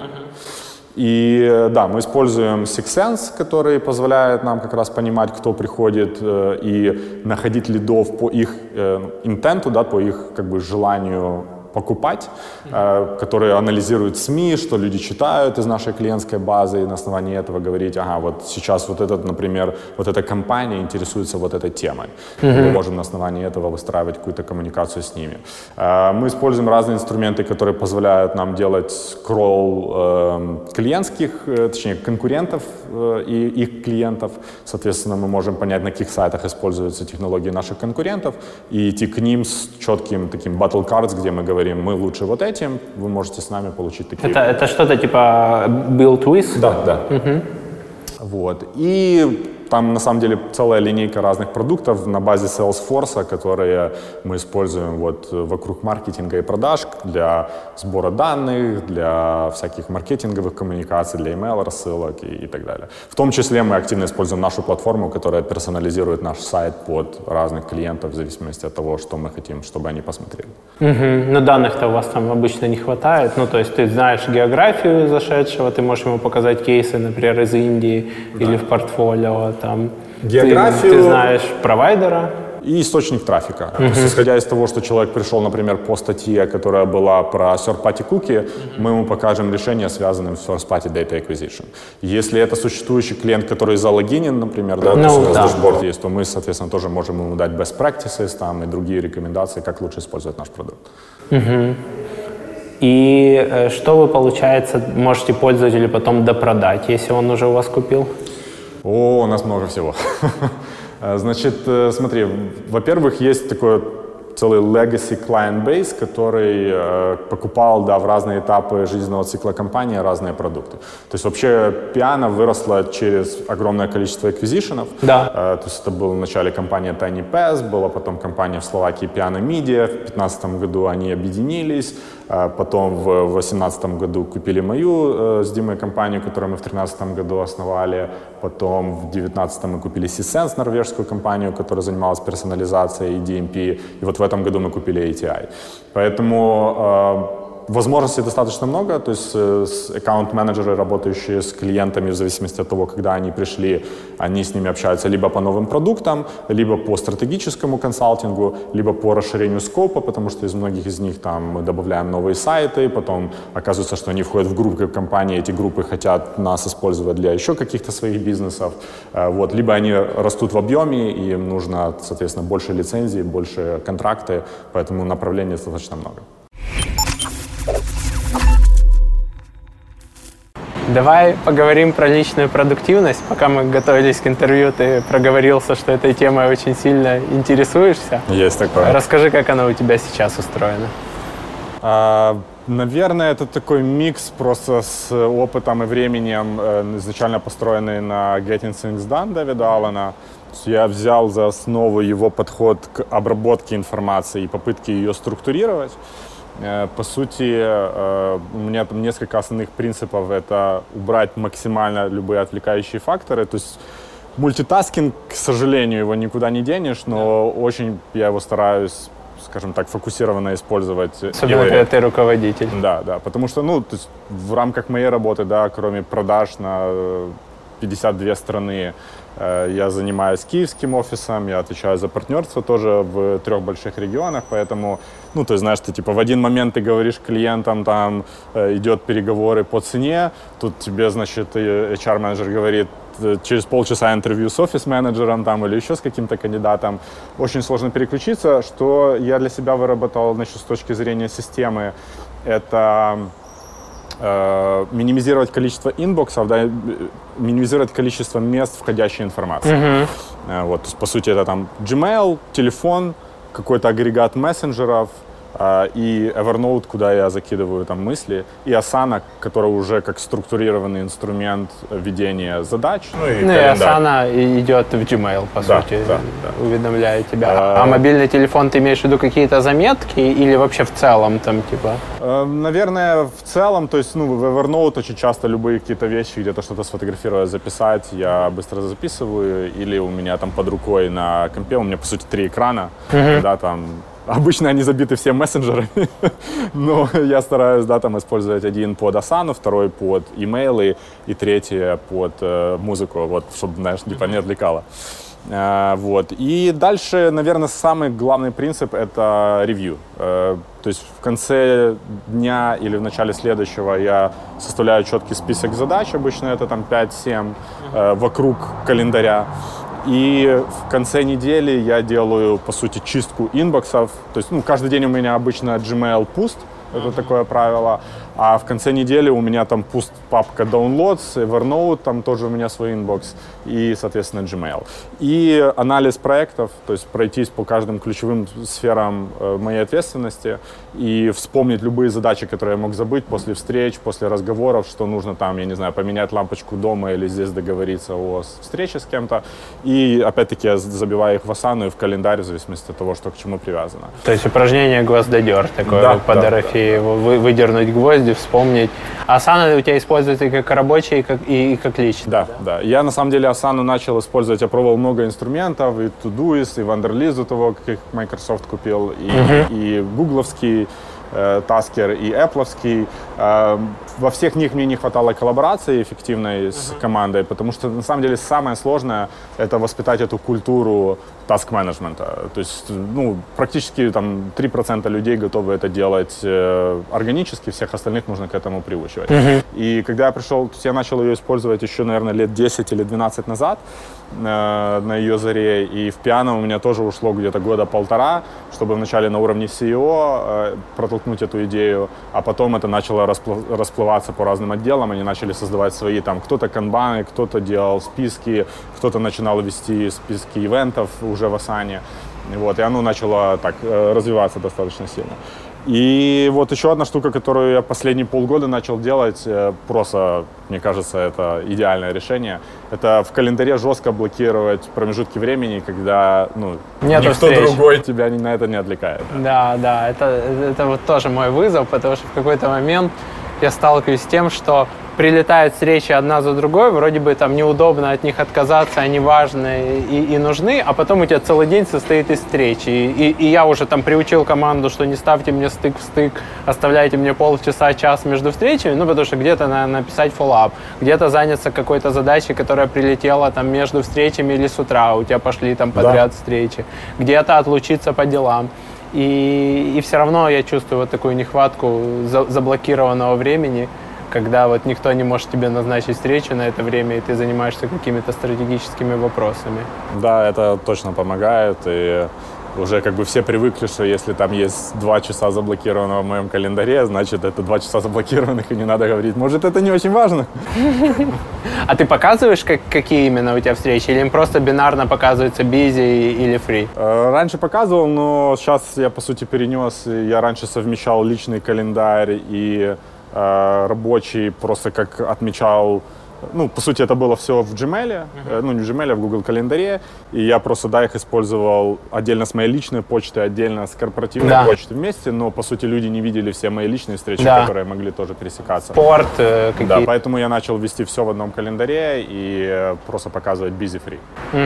И да, мы используем Sixth, который позволяет нам как раз понимать, кто приходит, и находить лидов по их интенту, да, по их как бы желанию покупать, которые анализируют СМИ, что люди читают из нашей клиентской базы, и на основании этого говорить, ага, вот сейчас вот этот, например, вот эта компания интересуется вот этой темой. Мы можем на основании этого выстраивать какую-то коммуникацию с ними. Мы используем разные инструменты, которые позволяют нам делать скролл клиентских, точнее, конкурентов и их клиентов. Соответственно, мы можем понять, на каких сайтах используются технологии наших конкурентов, и идти к ним с четким таким battle cards, где мы говорим, мы лучше вот этим, вы можете с нами получить такие... Это что-то типа build with? Да. Вот. И там, на самом деле, целая линейка разных продуктов на базе Salesforce, которые мы используем вот вокруг маркетинга и продаж для сбора данных, для всяких маркетинговых коммуникаций, для email рассылок и так далее. В том числе мы активно используем нашу платформу, которая персонализирует наш сайт под разных клиентов в зависимости от того, что мы хотим, чтобы они посмотрели. Но данных-то у вас там обычно не хватает. Ну, то есть ты знаешь географию зашедшего, ты можешь ему показать кейсы, например, из Индии или в портфолио. Там, географию, ты знаешь провайдера и источник трафика. То есть, исходя из того, что человек пришел, например, по статье, которая была про third-party cookie, мы ему покажем решение, связанное с first-party data acquisition. Если это существующий клиент, который залогинен, например, да, то есть у нас дашборд есть, то мы, соответственно, тоже можем ему дать best practices там, и другие рекомендации, как лучше использовать наш продукт. И что вы, получается, можете пользователю потом допродать, если он уже у вас купил? О, у нас много всего. Значит, смотри, во-первых, есть такой целый legacy client base, который покупал, да, в разные этапы жизненного цикла компании разные продукты. То есть вообще Piano выросла через огромное количество аквизишенов. Да. То есть это была вначале компания TinyPass, была потом компания в Словакии Piano Media, в 2015 году они объединились, потом в 2018 году купили мою с Димой компанию, которую мы в 2013 году основали, потом в 2019 мы купили C-Sense, норвежскую компанию, которая занималась персонализацией и DMP, и вот в этом году мы купили ATI. Поэтому возможностей достаточно много, то есть аккаунт-менеджеры, работающие с клиентами, в зависимости от того, когда они пришли, они с ними общаются либо по новым продуктам, либо по стратегическому консалтингу, либо по расширению скопа, потому что из многих из них там мы добавляем новые сайты, потом оказывается, что они входят в группы компании, эти группы хотят нас использовать для еще каких-то своих бизнесов, вот, либо они растут в объеме, и им нужно, соответственно, больше лицензий, больше контракты, поэтому направлений достаточно много. Давай поговорим про личную продуктивность. Пока мы готовились к интервью, ты проговорился, что этой темой очень сильно интересуешься. Есть такое. Расскажи, как она у тебя сейчас устроена. Наверное, это такой микс просто с опытом и временем, изначально построенный на Getting Things Done Дэвида Аллена. Я взял за основу его подход к обработке информации и попытке ее структурировать. По сути, у меня там несколько основных принципов. Это убрать максимально любые отвлекающие факторы. То есть мультитаскинг, к сожалению, его никуда не денешь, но очень я его стараюсь, скажем так, фокусированно использовать. Особенно, когда ты руководитель. Да, потому что, то есть в рамках моей работы, да, кроме продаж на 52 страны, я занимаюсь киевским офисом, я отвечаю за партнерство тоже в 3 больших регионах, поэтому, то есть, знаешь, ты типа в один момент ты говоришь клиентам, там идет переговоры по цене, тут тебе, значит, HR-менеджер говорит, через полчаса интервью с офис-менеджером там или еще с каким-то кандидатом. Очень сложно переключиться. Что я для себя выработал, значит, с точки зрения системы, это минимизировать количество инбоксов, да, минимизировать количество мест входящей информации. Вот, то есть, по сути, это там Gmail, телефон, какой-то агрегат мессенджеров, и Evernote, куда я закидываю там мысли, и Asana, который уже как структурированный инструмент ведения задач. Ну и Asana идет в Gmail, по сути, да. Уведомляет тебя. А мобильный телефон, ты имеешь в виду какие-то заметки или вообще в целом там типа? Наверное, в целом, то есть, в Evernote очень часто любые какие-то вещи, где-то что-то сфотографировать, записать, я быстро записываю, или у меня там под рукой на компе, у меня, по сути, 3 экрана, да, там. Обычно они забиты все мессенджерами, но я стараюсь, да, там использовать один под Asana, второй под имейлы и третий под музыку, вот, чтобы, знаешь, типа не отвлекало. Вот. И дальше, наверное, самый главный принцип — это ревью. То есть в конце дня или в начале следующего я составляю четкий список задач, обычно это там 5-7 вокруг календаря. И в конце недели я делаю, по сути, чистку инбоксов. То есть, каждый день у меня обычно Gmail пуст, это такое правило. А в конце недели у меня там пуст папка Downloads, Evernote, там тоже у меня свой инбокс и, соответственно, Gmail. И анализ проектов, то есть пройтись по каждым ключевым сферам моей ответственности и вспомнить любые задачи, которые я мог забыть после встреч, после разговоров, что нужно там, я не знаю, поменять лампочку дома или здесь договориться о встрече с кем-то. И, опять-таки, я забиваю их в Asana и в календарь, в зависимости от того, что к чему привязано. То есть упражнение гвоздодер такое, да, по Дорофееву, выдернуть гвозди, вспомнить. Asana у тебя используется и как рабочий, и как личный. Да. Я на самом деле Asana начал использовать, я пробовал много инструментов, и Todoist, и Wunderlist до того, как их Microsoft купил, и гугловский Tasker, и Apple'овский. Во всех них мне не хватало коллаборации эффективной с командой, потому что на самом деле самое сложное — это воспитать эту культуру таск-менеджмента. То есть, практически там 3% людей готовы это делать органически, всех остальных нужно к этому приучивать. И когда я пришел, я начал ее использовать еще, наверное, лет 10 или 12 назад на ее заре, и в Piano у меня тоже ушло где-то года 1,5, чтобы вначале на уровне CEO протолкнуть эту идею, а потом это начало расплываться по разным отделам, они начали создавать свои, там, кто-то канбаны, кто-то делал списки, кто-то начинал вести списки ивентов уже в Asana, вот, и оно начало так развиваться достаточно сильно. И вот еще одна штука, которую я последние полгода начал делать, просто, мне кажется, это идеальное решение, это в календаре жестко блокировать промежутки времени, когда никто другой тебя на это не отвлекает. Да, это вот тоже мой вызов, потому что в какой-то момент я сталкиваюсь с тем, что прилетают встречи одна за другой, вроде бы там неудобно от них отказаться, они важны и нужны, а потом у тебя целый день состоит из встреч. И я уже там приучил команду, что не ставьте мне стык в стык, оставляйте мне полчаса, час между встречами, потому что где-то надо написать фоллап, где-то заняться какой-то задачей, которая прилетела там между встречами или с утра, у тебя пошли там подряд встречи, где-то отлучиться по делам. И все равно я чувствую вот такую нехватку заблокированного времени, когда вот никто не может тебе назначить встречу на это время, и ты занимаешься какими-то стратегическими вопросами. Да, это точно помогает, и уже как бы все привыкли, что если там есть 2 часа заблокированного в моем календаре, значит, это 2 часа заблокированных, и не надо говорить, может, это не очень важно. А ты показываешь, какие именно у тебя встречи, или им просто бинарно показывается busy или free? Раньше показывал, но сейчас я, по сути, перенес, я раньше совмещал личный календарь и рабочий, просто как отмечал, по сути, это было все в Gmail, не в Gmail, а в Google календаре, и я просто, их использовал отдельно с моей личной почтой, отдельно с корпоративной почтой вместе, но, по сути, люди не видели все мои личные встречи, которые могли тоже пересекаться. Спорт какие-то. Да, поэтому я начал вести все в одном календаре и просто показывать busy free.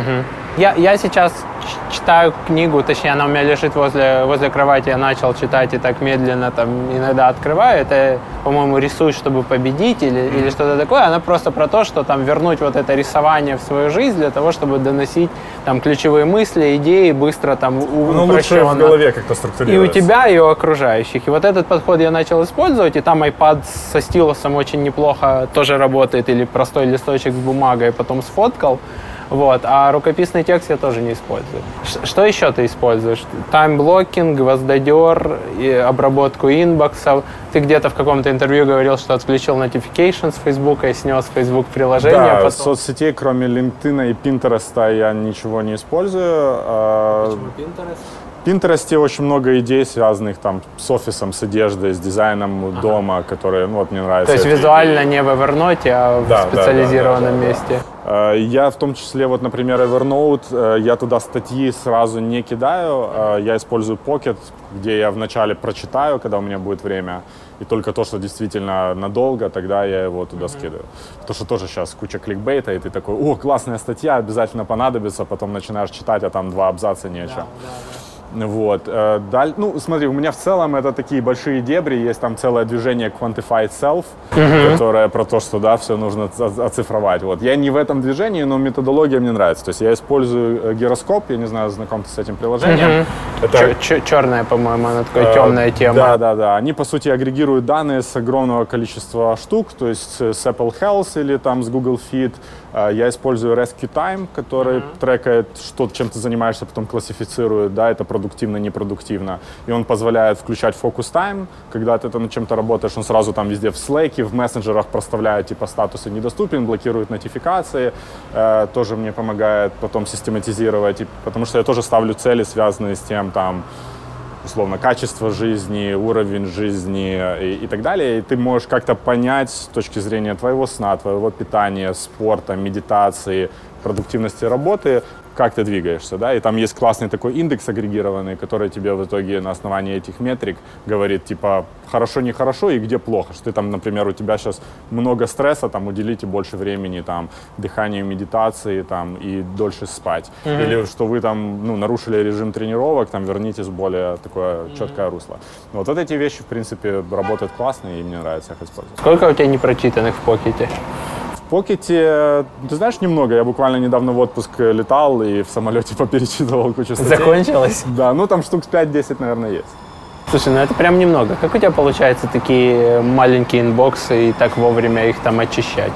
Я сейчас читаю книгу, точнее, она у меня лежит возле кровати, я начал читать и так медленно там иногда открываю. Это, по-моему, «Рисуй, чтобы победить» или что-то такое. Она просто про то, что там вернуть вот это рисование в свою жизнь для того, чтобы доносить там ключевые мысли, идеи быстро там упрощенно. Лучше в голове как-то структурироваться. И у тебя, и у окружающих. И вот этот подход я начал использовать, и там iPad со стилусом очень неплохо тоже работает, или простой листочек с бумагой потом сфоткал. Вот, а рукописный текст я тоже не использую. Что еще ты используешь? Таймблокинг, гвоздодер, обработку инбоксов. Ты где-то в каком-то интервью говорил, что отключил notifications с Фейсбука и снес Facebook приложение. Да, потом... соцсетей, кроме LinkedIn и Pinterest, я ничего не использую. Почему Pinterest? В Пинтересте очень много идей, связанных там с офисом, с одеждой, с дизайном дома, которые, ну вот мне нравятся. То есть визуально не в Evernote, а в специализированном месте. Я в том числе, вот, например, Evernote, я туда статьи сразу не кидаю, я использую Pocket, где я вначале прочитаю, когда у меня будет время, и только то, что действительно надолго, тогда я его туда скидываю. Потому что тоже сейчас куча кликбейта, и ты такой, о, классная статья, обязательно понадобится, потом начинаешь читать, а там 2 абзаца ни о чем. Вот. Ну, смотри, у меня в целом это такие большие дебри, есть там целое движение Quantified Self, которое про то, что, да, все нужно оцифровать. Вот. Я не в этом движении, но методология мне нравится. То есть я использую гироскоп, я не знаю, знаком ты с этим приложением. Это черная, по-моему, она такая темная тема. Да. Они, по сути, агрегируют данные с огромного количества штук, то есть с Apple Health или там с Google Fit. Я использую Rescue Time, который трекает, что, чем ты занимаешься, потом классифицирует, да, это продуктивно, непродуктивно. И он позволяет включать Focus Time, когда ты над чем-то работаешь, он сразу там везде в Slack, в мессенджерах проставляет типа статусы недоступен, блокирует нотификации, тоже мне помогает потом систематизировать, потому что я тоже ставлю цели, связанные с тем, там, условно, качество жизни, уровень жизни и так далее. И ты можешь как-то понять с точки зрения твоего сна, твоего питания, спорта, медитации, продуктивности работы, как ты двигаешься, да, и там есть классный такой индекс агрегированный, который тебе в итоге на основании этих метрик говорит, типа, хорошо, нехорошо и где плохо, что ты там, например, у тебя сейчас много стресса, там, уделите больше времени, там, дыханию, медитации, там, и дольше спать, или что вы там, ну, нарушили режим тренировок, там, вернитесь в более такое четкое русло. Вот эти вещи, в принципе, работают классно, и мне нравится их использовать. Сколько у тебя непрочитанных в Покете? В Покете, ты знаешь, немного. Я буквально недавно в отпуск летал и в самолете поперечитывал кучу статей. Закончилось? Да, ну там штук 5-10, наверное, есть. Слушай, ну это прям немного. Как у тебя получается такие маленькие инбоксы и так вовремя их там очищать?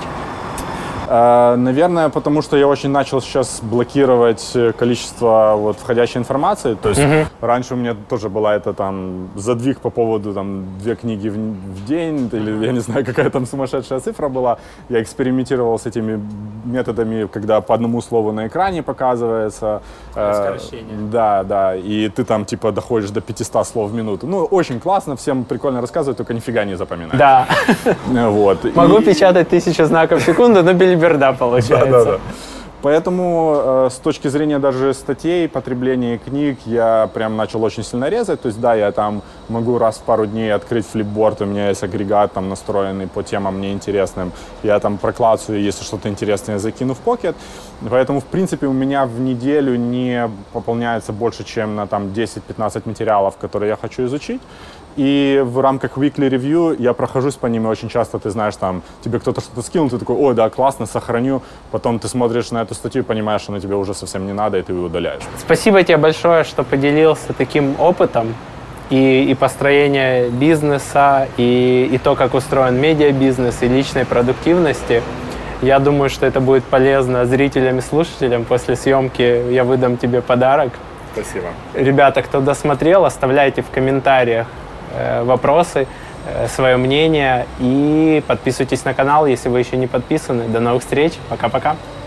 Наверное, потому что я очень начал сейчас блокировать количество вот входящей информации. То есть раньше у меня тоже была это там задвиг по поводу там 2 книги в день, или я не знаю, какая там сумасшедшая цифра была. Я экспериментировал с этими методами, когда по одному слову на экране показывается. Сокращение. Да, и ты там типа доходишь до 500 слов в минуту. Ну, очень классно, всем прикольно рассказывать, только нифига не запоминаешь. Да. Вот. Могу печатать 1000 знаков в секунду, но белиберда получается. Да. Поэтому с точки зрения даже статей, потребления книг, я прям начал очень сильно резать. То есть да, я там могу раз в пару дней открыть флипборд, у меня есть агрегат там настроенный по темам мне интересным. Я там проклацаю, если что-то интересное, закину в Pocket. Поэтому, в принципе, у меня в неделю не пополняется больше, чем на там 10-15 материалов, которые я хочу изучить. И в рамках weekly review я прохожусь по ним, и очень часто, ты знаешь, там, тебе кто-то что-то скинул, ты такой, ой, да, классно, сохраню. Потом ты смотришь на эту статью и понимаешь, что она тебе уже совсем не надо, и ты ее удаляешь. Спасибо тебе большое, что поделился таким опытом и построение бизнеса, и то, как устроен медиабизнес, и личной продуктивности. Я думаю, что это будет полезно зрителям и слушателям. После съемки я выдам тебе подарок. Спасибо. Ребята, кто досмотрел, оставляйте в комментариях вопросы, свое мнение и подписывайтесь на канал, если вы еще не подписаны. До новых встреч. Пока-пока.